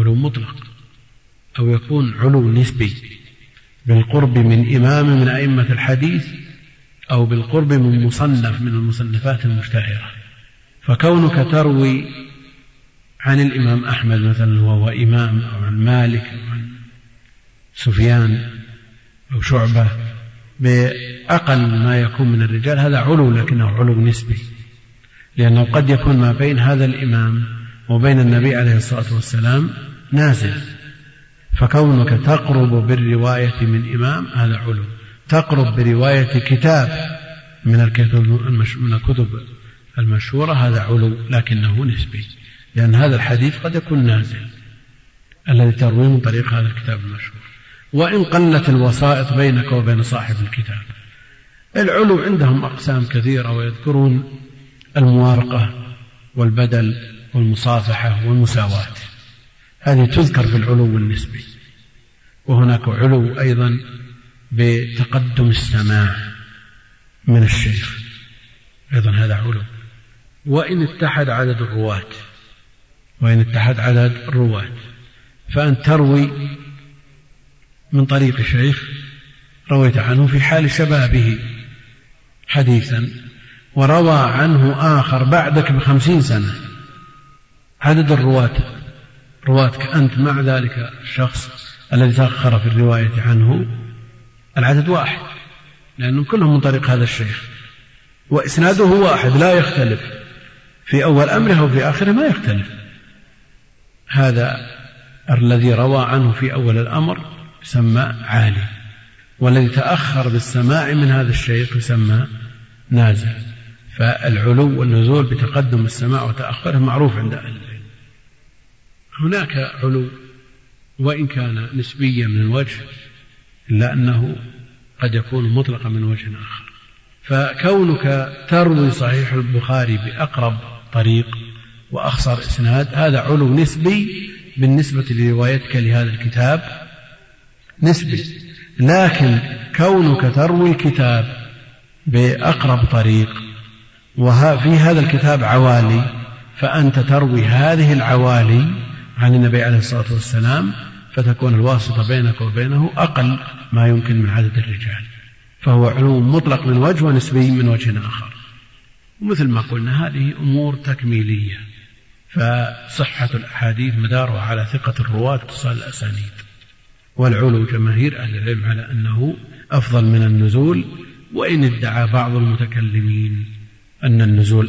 علو مطلق، أو يكون علو نسبي بالقرب من إمام من أئمة الحديث، أو بالقرب من مصنف من المصنفات المشتهرة. فكونك تروي عن الإمام أحمد مثلا وهو إمام، أو عن مالك، أو عن سفيان أو شعبة بأقل ما يكون من الرجال، هذا علو، لكنه علو نسبي، لأنه قد يكون ما بين هذا الإمام وبين النبي عليه الصلاة والسلام نازل. فكونك تقرب بالرواية من إمام هذا علو، تقرب برواية كتاب من الكتب المشهورة هذا علو، لكنه نسبي، لأن هذا الحديث قد يكون نازل الذي ترويه من طريق هذا الكتاب المشهور، وإن قلت الوسائط بينك وبين صاحب الكتاب. العلو عندهم أقسام كثيرة، ويذكرون الموارقة والبدل والمصافحة والمساواة، هذه تذكر في العلو النسبي. وهناك علو أيضا بتقدم السماع من الشيخ، أيضا هذا علو. وإن اتحد عدد الرواة، فأن تروي من طريق شيخ رويت عنه في حال شبابه حديثا، وروى عنه آخر بعدك ب50 سنة، عدد رواتك أنت مع ذلك الشخص الذي تأخر في الرواية عنه العدد واحد، لأنهم كلهم من طريق هذا الشيخ، وإسناده واحد لا يختلف في أول أمره وفي آخره ما يختلف. هذا الذي روى عنه في أول الأمر يسمى عالي، والذي تأخر بالسماع من هذا الشيخ يسمى نازل. فالعلو والنزول بتقدم السماع وتأخره معروف عند أهل العلم. هناك علو وإن كان نسبيا من وجه، إلا أنه قد يكون مطلقا من وجه آخر. فكونك تروي صحيح البخاري بأقرب طريق وأخصر إسناد هذا علو نسبي بالنسبة لروايتك لهذا الكتاب نسبي، لكن كونك تروي الكتاب بأقرب طريق وفي هذا الكتاب عوالي، فأنت تروي هذه العوالي عن النبي عليه الصلاة والسلام، فتكون الواسطة بينك وبينه أقل ما يمكن من عدد الرجال، فهو علو مطلق من وجه ونسبي من وجه آخر. ومثل ما قلنا هذه أمور تكميلية، فصحة الأحاديث مدارها على ثقة الرواة اتصال الأسانيد. والعلو جماهير أهل العلم على أنه أفضل من النزول، وإن ادعى بعض المتكلمين أن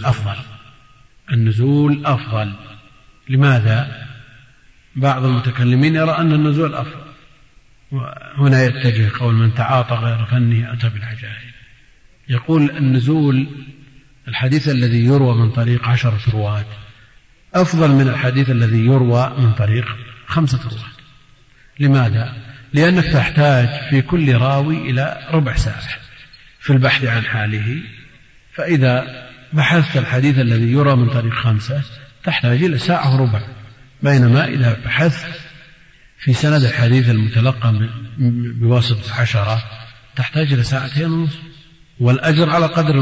النزول أفضل. لماذا؟ بعض المتكلمين يرى أن النزول أفضل، وهنا يتجه قول من تعاطى غير فنه أتى بالعجائب. يقول النزول الحديث الذي يروى من طريق 10 رواة أفضل من الحديث الذي يروى من طريق 5 رواة. لماذا؟ لأنك تحتاج في كل راوي إلى ربع ساعة في البحث عن حاله، فإذا بحثت الحديث الذي يروى من طريق 5 تحتاج إلى 1.25 ساعة، بينما إذا بحثت في سند الحديث المتلقى بواسطة 10 تحتاج إلى 2.5 ساعة، والأجر على قدر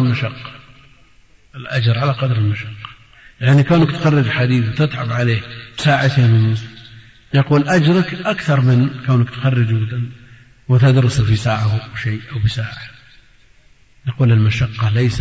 المشقة. يعني كونك تخرج حديث وتتعب عليه 2.5 ساعة، يقول أجرك أكثر من كونك تخرج وتدرس في 1 ساعة وشيء أو ب1 ساعة. نقول المشقة ليست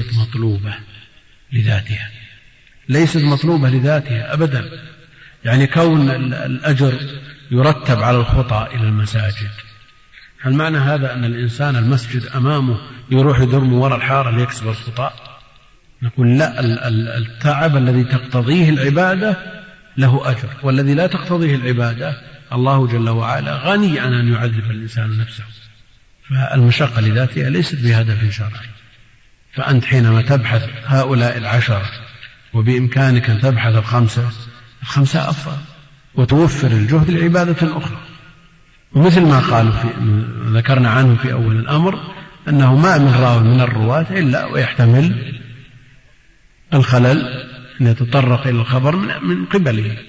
مطلوبة لذاتها أبدا. يعني كون الأجر يرتب على الخطى إلى المساجد، هل معنى هذا أن الإنسان المسجد أمامه يروح يدور من وراء الحارة ليكسب الخطى؟ نقول لا، التعب الذي تقتضيه العبادة له أجر، والذي لا تقتضيه العبادة الله جل وعلا غني عن أن يعذب الإنسان نفسه. فالمشقة لذاتها ليست بهدف شرعي. فأنت حينما تبحث هؤلاء 10 وبإمكانك أن تبحث 5 أفضل، وتوفر الجهد لعبادة أخرى. ومثل ما قالوا ذكرنا عنه في أول الأمر أنه ما من راو من الرواة إلا ويحتمل الخلل أن يتطرق إلى الخبر من قبله.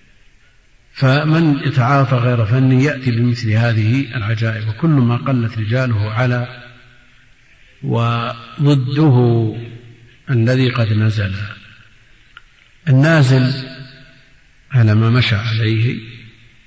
فمن يتعاطى غير فني يأتي بمثل هذه العجائب. وكل ما قلت رجاله على وضده الذي قد نزل. النازل على ما مشى عليه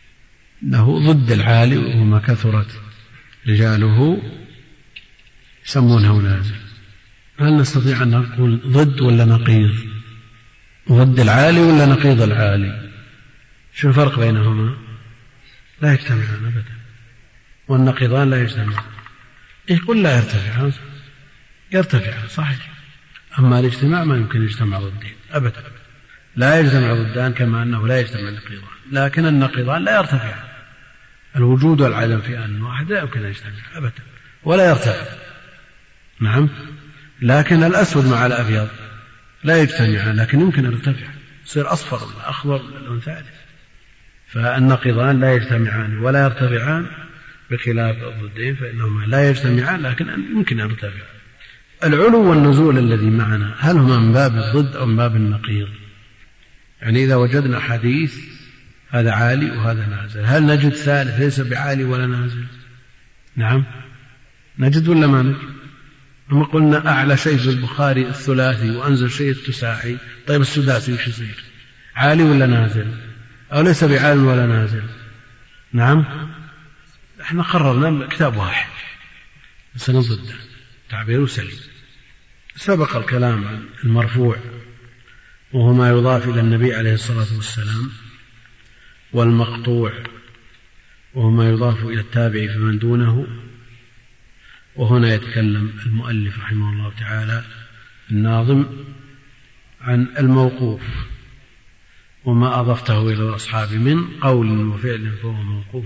أنه ضد العالي، وما كثرت رجاله يسمونه نازل. هل نستطيع أن نقول ضد ولا نقيض؟ ضد العالي ولا نقيض العالي؟ شو الفرق بينهما؟ لا يجتمعان أبدا، والنقيضان لا يجتمعان. يقول لا يرتفعان، يرتفعان صحيح، أما الاجتماع ما يمكن يجتمع ضدين أبدا، لا يجتمع ضدان كما أنه لا يجتمع النقيضان، لكن النقيضان لا يرتفعان. الوجود والعدم في آن واحد لا يمكن أن يجتمع أبدا ولا يرتفع. نعم، لكن الأسود مع الأبيض لا يجتمعان، لكن يمكن أن يرتفع، يصير أصفر ولا أخضر ولا لون ثالث. فالنقيضان لا يجتمعان ولا يرتفعان، بخلاف الضدين فإنهما لا يجتمعان لكن يمكن أن يرتفع. العلو والنزول الذي معنا هل هما من باب الضد أو من باب النقيض؟ يعني إذا وجدنا حديث هذا عالي وهذا نازل، هل نجد ثالث ليس بعالي ولا نازل؟ نعم نجد ولا ما نجد؟ لما قلنا أعلى شيء في البخاري الثلاثي وأنزل شيء التساعي، طيب السداسي وش يصير؟ عالي ولا نازل؟ أو ليس بعالي ولا نازل؟ نعم، احنا قررنا كتاب واحد سنضده، تعبير سليم. سبق الكلام عن المرفوع وهو ما يضاف إلى النبي عليه الصلاة والسلام، والمقطوع وهو ما يضاف إلى التابع فمن دونه. وهنا يتكلم المؤلف رحمه الله تعالى الناظم عن الموقوف وما أضفته إلى الأصحاب من قول وفعل فهو موقوف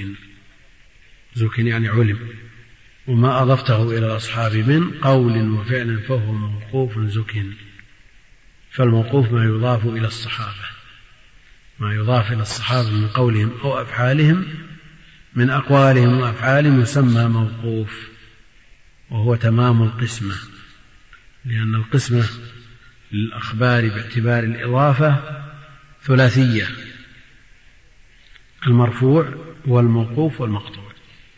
زكٍ يعني علم، وما أضفته إلى الأصحاب من قول وفعل فهو موقوف زكٍ. فالموقوف ما يضاف إلى الصحابة، ما يضاف إلى الصحابة من قولهم أو أفعالهم، من أقوالهم وأفعالهم يسمى موقوف، وهو تمام القسمة، لأن القسمة للأخبار باعتبار الإضافة ثلاثية: المرفوع والموقوف والمقطوع.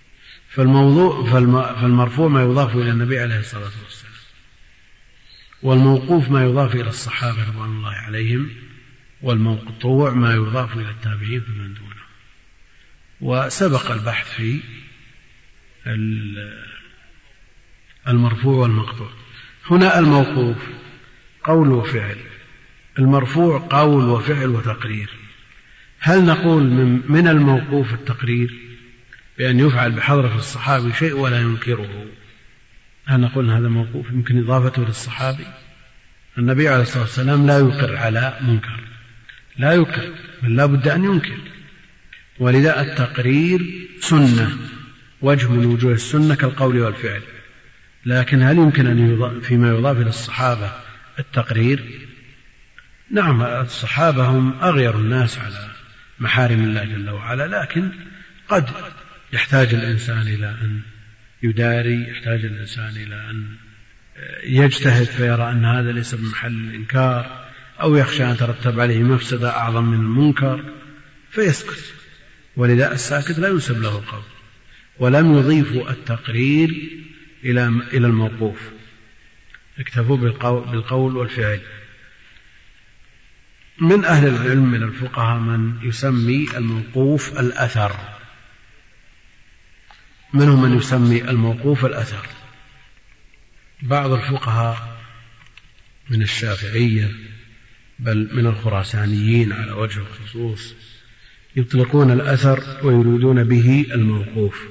فالمرفوع ما يضاف إلى النبي عليه الصلاة والسلام، والموقوف ما يضاف إلى الصحابة رضوان الله عليهم، والمقطوع ما يضاف إلى التابعين فمن دونه. وسبق البحث في المرفوع والمقطوع. هنا الموقوف قول وفعل، المرفوع قول وفعل وتقرير. هل نقول من الموقوف التقرير بأن يفعل بحضرة الصحابي شيء ولا ينكره؟ هل نقول هذا موقوف يمكن إضافته للصحابي؟ النبي عليه الصلاة والسلام لا يقر على منكر، لا يقر، بل لا بد أن ينكر. ولذا التقرير سنة، وجه من وجوه السنة كالقول والفعل. لكن هل يمكن أن فيما يضاف إلى الصحابة التقرير؟ نعم، الصحابة هم أغير الناس على محارم الله جل وعلا، لكن قد يحتاج الإنسان إلى أن يداري، يحتاج الإنسان إلى أن يجتهد فيرى أن هذا ليس بمحل الإنكار، أو يخشى أن ترتب عليه مفسدة أعظم من المنكر فيسكت. ولذا الساكت لا ينسب له القول. ولم يضيفوا التقرير إلى الموقوف، اكتفوا بالقول والفعل. من أهل العلم من الفقهاء من يسمي الموقوف الأثر، منهم من يسمي الموقوف الأثر. بعض الفقهاء من الشافعية بل من الخراسانيين على وجه الخصوص يطلقون الأثر ويريدون به الموقوف.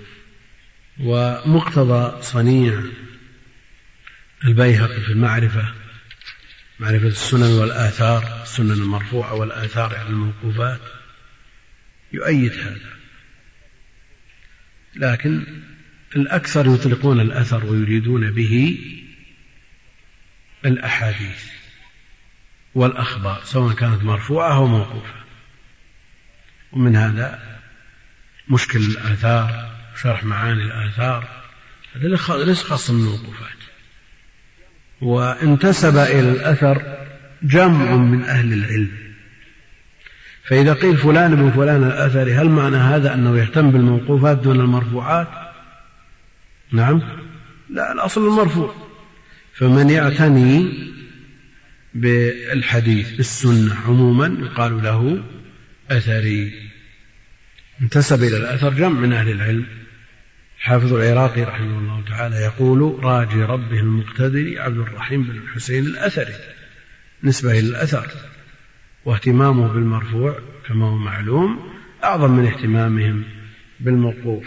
ومقتضى صنيع البيهقي في معرفة السنن والآثار، السنن المرفوعة والآثار على الموقوفات، يؤيد هذا. لكن الأكثر يطلقون الأثر ويريدون به الأحاديث والأخبار سواء كانت مرفوعة أو موقوفة. ومن هذا مشكل الآثار، شرح معاني الآثار، هذا ليس خاص بالموقوفات. وانتسب إلى الأثر جمع من أهل العلم، فإذا قيل فلان ابن فلان الأثري، هل معنى هذا أنه يهتم بالموقوفات دون المرفوعات؟ نعم، لا، الأصل المرفوع. فمن يعتني بالحديث بالسنة عموما يقال له أثري. انتسب إلى الأثر جمع من أهل العلم. حافظ العراقي رحمه الله تعالى يقول: راجي ربه المقتدر عبد الرحيم بن الحسين الأثري، نسبة إلى الأثر، واهتمامه بالمرفوع كما هو معلوم أعظم من اهتمامهم بالموقوف.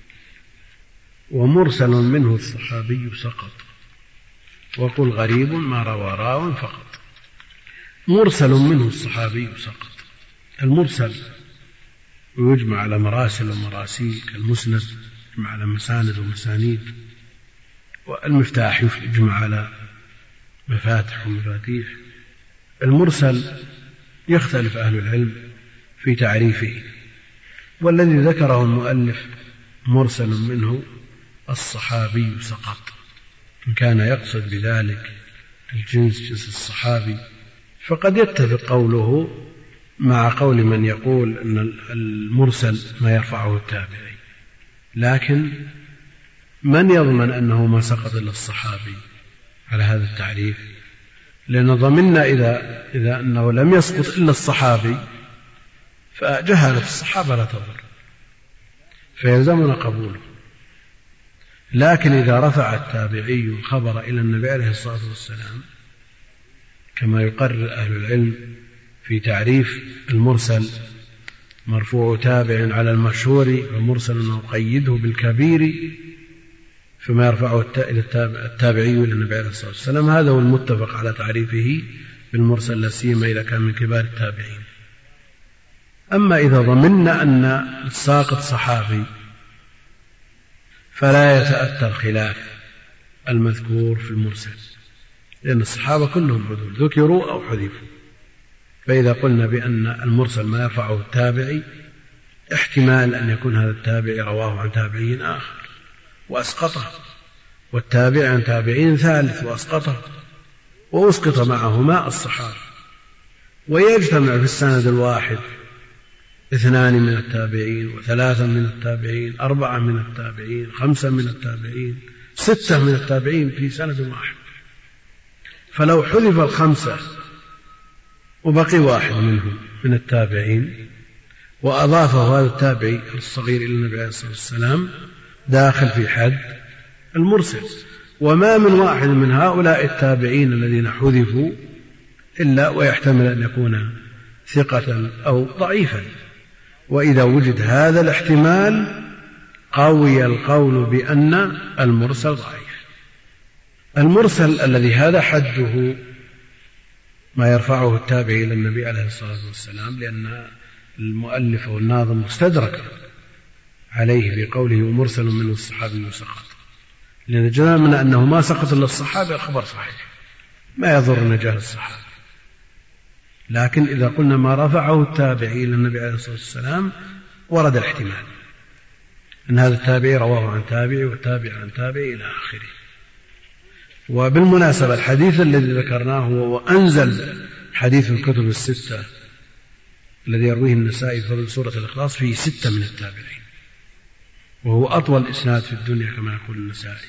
ومرسل منه الصحابي سقط، وقل غريب ما روى راو فقط. مرسل منه الصحابي سقط. المرسل ويجمع على مراسل ومراسيل كالمسند، يجمع على مساند ومسانيد، والمفتاح يجمع على مفاتح ومفاتيح. المرسل يختلف أهل العلم في تعريفه، والذي ذكره المؤلف مرسل منه الصحابي سقط. إن كان يقصد بذلك الجنس جنس الصحابي فقد يتفق قوله مع قول من يقول أن المرسل ما يرفعه التابعي، لكن من يضمن أنه ما سقط إلا الصحابي على هذا التعريف؟ لأن ضمننا إذا أنه لم يسقط إلا الصحابي فجهالة الصحابة لا تضر، فيلزمنا قبوله. لكن إذا رفع التابعي خبر إلى النبي عليه الصلاة والسلام كما يقرر أهل العلم في تعريف المرسل: مرفوع تابع على المشهور، ومرسل نقيده بالكبير، فما يرفعه التابعي إلى النبي عليه الصلاة والسلام. هذا هو المتفق على تعريفه بالمرسل، لا سيما إذا كان من كبار التابعين. أما إذا ضمننا أن الساقط صحابي فلا يتأتى الخلاف المذكور في المرسل، لأن الصحابة كلهم عدول ذكروا أو حذفوا. فإذا قلنا بأن المرسل ما يرفعه التابعي، احتمال أن يكون هذا التابعي رواه عن تابعي آخر وأسقطه، والتابع عن تابعين ثالث وأسقطه، وأسقط معهما الصحابة. ويجتمع في السند الواحد 2 من التابعين، و3 من التابعين، 4 من التابعين، 5 من التابعين، 6 من التابعين في سند واحد. فلو حذف 5 وبقي 1 منهم من التابعين وأضافه هذا التابعي الصغير إلى النبي عليه الصلاة والسلام داخل في حد المرسل. وما من واحد من هؤلاء التابعين الذين حذفوا إلا ويحتمل أن يكون ثقة أو ضعيفا. وإذا وجد هذا الاحتمال قوي القول بأن المرسل ضعيف. المرسل الذي هذا حده ما يرفعه التابعي إلى النبي عليه الصلاة والسلام، لأن المؤلف والناظم مستدرك عليه في قوله ومرسل منه الصحابي سقط، لأن جزمنا أنه ما سقط إلا الصحابي الخبر صحيح ما يضر نجاة الصحابة. لكن إذا قلنا ما رفعه التابعي إلى النبي عليه الصلاة والسلام ورد الاحتمال أن هذا التابعي رواه عن تابعي والتابع عن تابعي إلى آخره. وبالمناسبة الحديث الذي ذكرناه هو وأنزل حديث الكتب الستة الذي يرويه النسائي في فضل سورة الإخلاص فيه 6 من التابعين، وهو أطول إسناد في الدنيا كما يقول النسائي.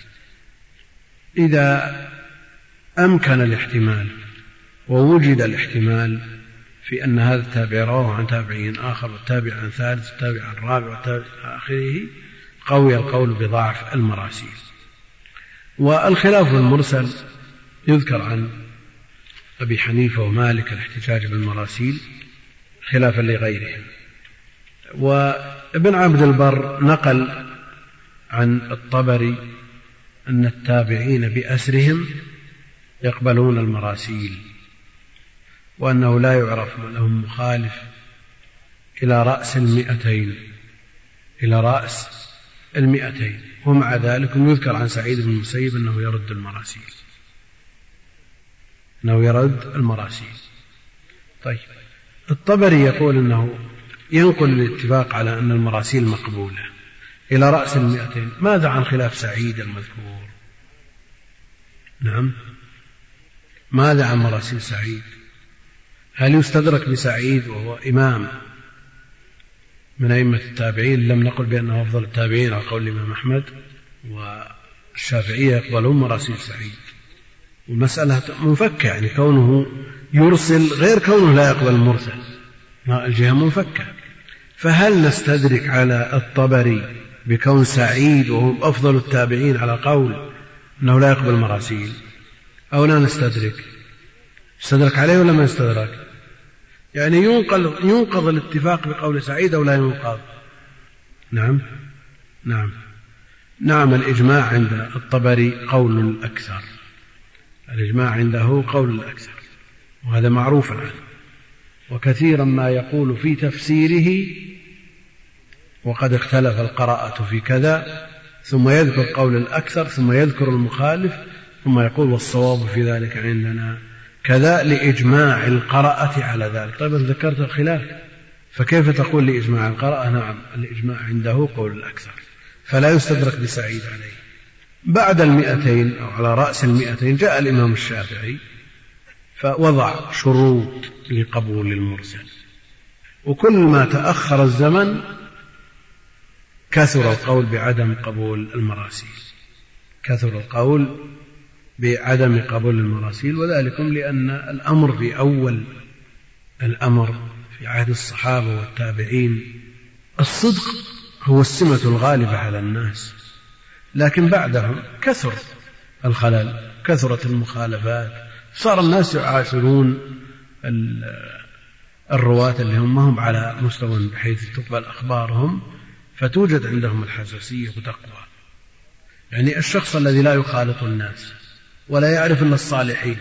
إذا أمكن الاحتمال ووجد الاحتمال في أن هذا التابع رواه عن تابعين آخر، والتابع عن ثالث، والتابع عن رابع، والتابع عن آخره، قوي القول بضعف المراسيل. والخلاف المرسل يذكر عن أبي حنيفة ومالك الاحتجاج بالمراسيل خلافا لغيرهم. وابن عبد البر نقل عن الطبري أن التابعين بأسرهم يقبلون المراسيل، وأنه لا يعرف من لهم مخالف إلى رأس 200 إلى رأس 200. ومع ذلك يذكر عن سعيد بن المسيب أنه يرد المراسيل. طيب، الطبري يقول أنه ينقل الاتفاق على أن المراسيل مقبولة إلى رأس 200. ماذا عن خلاف سعيد المذكور؟ نعم، ماذا عن مراسيل سعيد؟ هل يستدرك بسعيد وهو إمام من أئمة التابعين؟ لم نقل بأنه أفضل التابعين على قول الإمام أحمد، والشافعية يقبلون مراسيل سعيد. والمسألة منفكة، يعني كونه يرسل غير كونه لا يقبل المرسل، الجهة منفكة. فهل نستدرك على الطبري بكون سعيد وهو أفضل التابعين على قول أنه لا يقبل المراسيل، أو لا نستدرك عليه ولا ما يستدرك؟ يعني ينقض الاتفاق بقول سعيد أو لا ينقض؟ نعم الإجماع عند الطبري قول الأكثر، الإجماع عنده قول الأكثر، وهذا معروف عنه. وكثيرا ما يقول في تفسيره وقد اختلف القراءة في كذا، ثم يذكر قول الأكثر، ثم يذكر المخالف، ثم يقول والصواب في ذلك عندنا كذا، لإجماع القراءة على ذلك. طيب ذكرت الخلاف، فكيف تقول لإجماع القراءة؟ نعم الإجماع عنده قول الأكثر، فلا يستدرك بسعيد عليه. بعد 200 أو على رأس 200 جاء الإمام الشافعي فوضع شروط لقبول المرسل، وكل ما تأخر الزمن كثر القول بعدم قبول المراسيل، وذلكم لأن الأمر في أول الأمر في عهد الصحابة والتابعين الصدق هو السمة الغالبة على الناس، لكن بعدهم كثر الخلل، كثرت المخالفات، صار الناس يعاشرون الرواة اللي هم على مستوى بحيث تقبل أخبارهم، فتوجد عندهم الحساسية وتقوى. يعني الشخص الذي لا يخالط الناس ولا يعرف إلا الصالحين،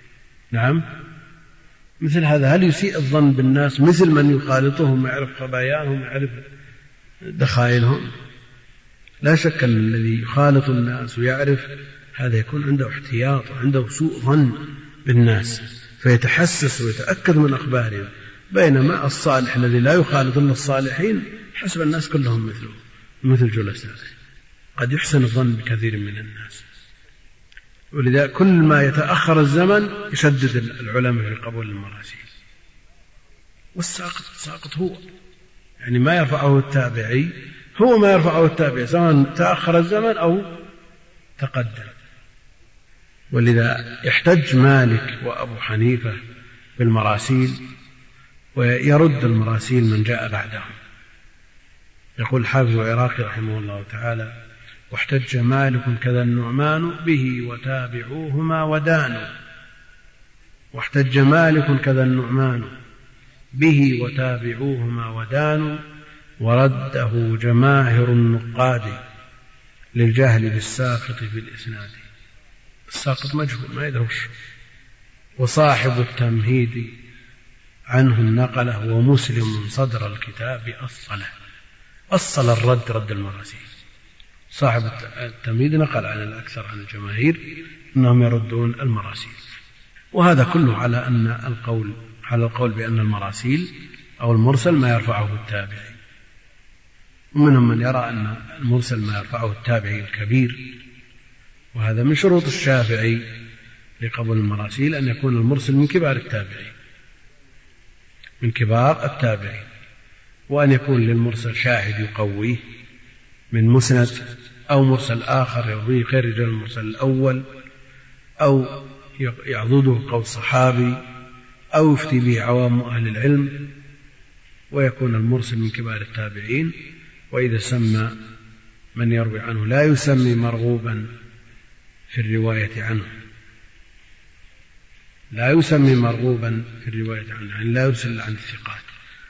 مثل هذا هل يسيء الظن بالناس مثل من يخالطهم ويعرف خباياهم ويعرف دخائلهم؟ لا شك أن الذي يخالط الناس ويعرف هذا يكون عنده احتياط وعنده سوء ظن بالناس، فيتحسس ويتأكد من أخبارهم، بينما الصالح الذي لا يخالط إلا الصالحين حسب الناس كلهم مثله مثل جلسائه، قد يحسن الظن بكثير من الناس. ولذا كل ما يتأخر الزمن يشدد العلماء في قبول المراسيل. والساقط هو يعني ما يرفعه التابعي، هو ما يرفعه التابعي سواء تأخر الزمن أو تقدم. ولذا يحتج مالك وأبو حنيفة بالمراسيل ويرد المراسيل من جاء بعدهم. يقول الحافظ العراقي رحمه الله تعالى: واحتج مالك كذا النعمان به وتابعوهما ودانوا. واحتج مالك كذا النعمان به وتابعوهما ودانوا، ورده جماهر النقاد للجهل بالساقط في الإسناد. الساقط مجهول ما يدهوش. وصاحب التمهيد عنه النقله، ومسلم صدر الكتاب أصل الرد رد المراسيل. صاحب التمهيد نقل عن الأكثر عن الجماهير أنهم يردون المراسيل، وهذا كله على القول بأن المراسيل أو المرسل ما يرفعه التابعي. ومنهم من يرى أن المرسل ما يرفعه التابعي الكبير، وهذا من شروط الشافعي لقبول المراسيل أن يكون المرسل من كبار التابعين، وأن يكون للمرسل شاهد يقويه من مسند أو مرسل آخر يرويه غير رجال المرسل الأول، أو يعضده قول صحابي، أو يفتي به عوام أهل العلم، ويكون المرسل من كبار التابعين. وإذا سمى من يروي عنه لا يسمي مرغوبا في الرواية عنه، لا يرسل عن الثقات.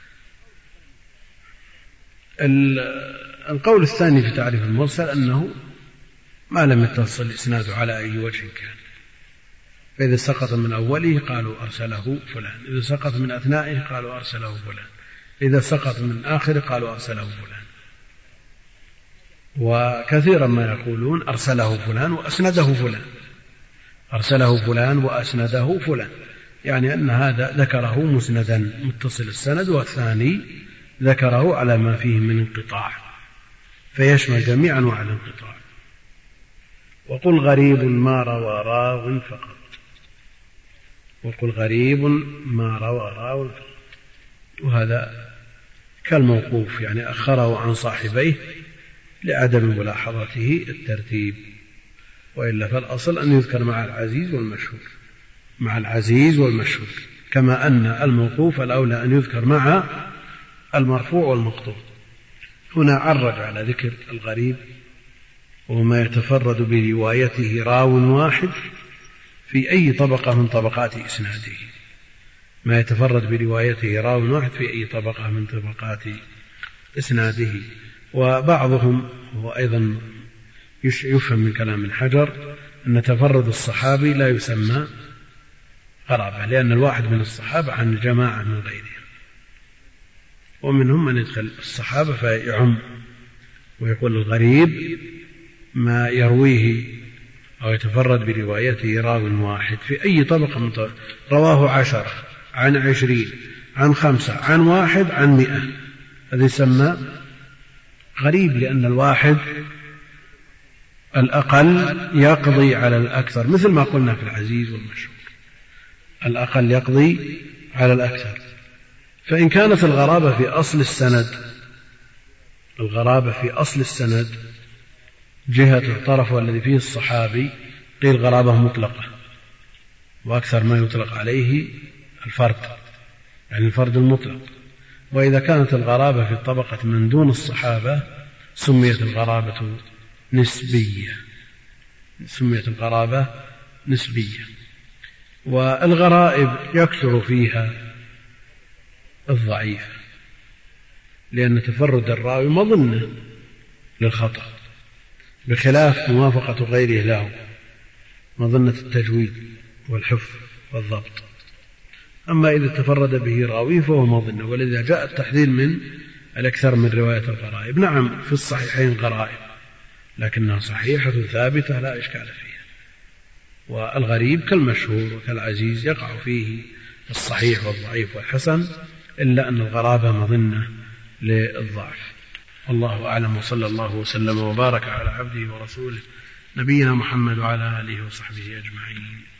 القول الثاني في تعريف المرسل أنه ما لم يتصل الإسناد على أي وجه كان، فإذا سقط من أوله قالوا أرسله فلان، إذا سقط من أثنائه قالوا أرسله فلان، إذا سقط من آخره قالوا أرسله فلان. وكثيرا ما يقولون أرسله فلان وأسنده فلان، يعني أن هذا ذكره مسندا متصل السند، والثاني ذكره على ما فيه من انقطاع، فيشمل جميع أنواع الانقطاع. وقل غريب ما روى راو فقط، وهذا كالموقوف، يعني أخره عن صاحبيه لعدم ملاحظته الترتيب، وإلا فالأصل أن يذكر مع العزيز والمشهور، كما أن الموقوف الأولى أن يذكر مع المرفوع والمقطوع. هنا عرج على ذكر الغريب وما يتفرد بروايته راو واحد في أي طبقة من طبقات إسناده، ما يتفرد بروايته راو واحد في أي طبقة من طبقات إسناده. وبعضهم هو أيضا يفهم من كلام الحجر أن تفرد الصحابي لا يسمى غرابة، لأن الواحد من الصحابة عن الجماعة من غيرهم، ومنهم من يدخل الصحابة فيعم ويقول الغريب ما يرويه أو يتفرد بروايته راو واحد في أي طبقة من طبقة، رواه 10 عن 20 عن 5 عن 1 عن 100، هذا يسمى غريب، لأن الواحد الأقل يقضي على الأكثر، مثل ما قلنا في العزيز والمشهور، الأقل يقضي على الأكثر. فإن كانت الغرابة في أصل السند جهة الطرف الذي فيه الصحابي قيل غرابة مطلقة، وأكثر ما يطلق عليه الفرد، يعني الفرد المطلق. وإذا كانت الغرابة في الطبقة من دون الصحابة سميت الغرابة نسبية. والغرائب يكثر فيها الضعيف، لأن تفرد الراوي مظنة للخطأ، بخلاف موافقة غيره له مظنة التجويد والحفظ والضبط. أما إذا تفرد به راوي فهو مظنة، ولذا جاء التحذير من الأكثر من رواية الغرائب. نعم في الصحيحين غرائب لكنها صحيحة ثابتة لا إشكال فيها، والغريب كالمشهور وكالعزيز يقع فيه الصحيح والضعيف والحسن، إلا أن الغرابة مظنة للضعف. والله أعلم، وصلى الله وسلم وبارك على عبده ورسوله نبينا محمد وعلى آله وصحبه أجمعين.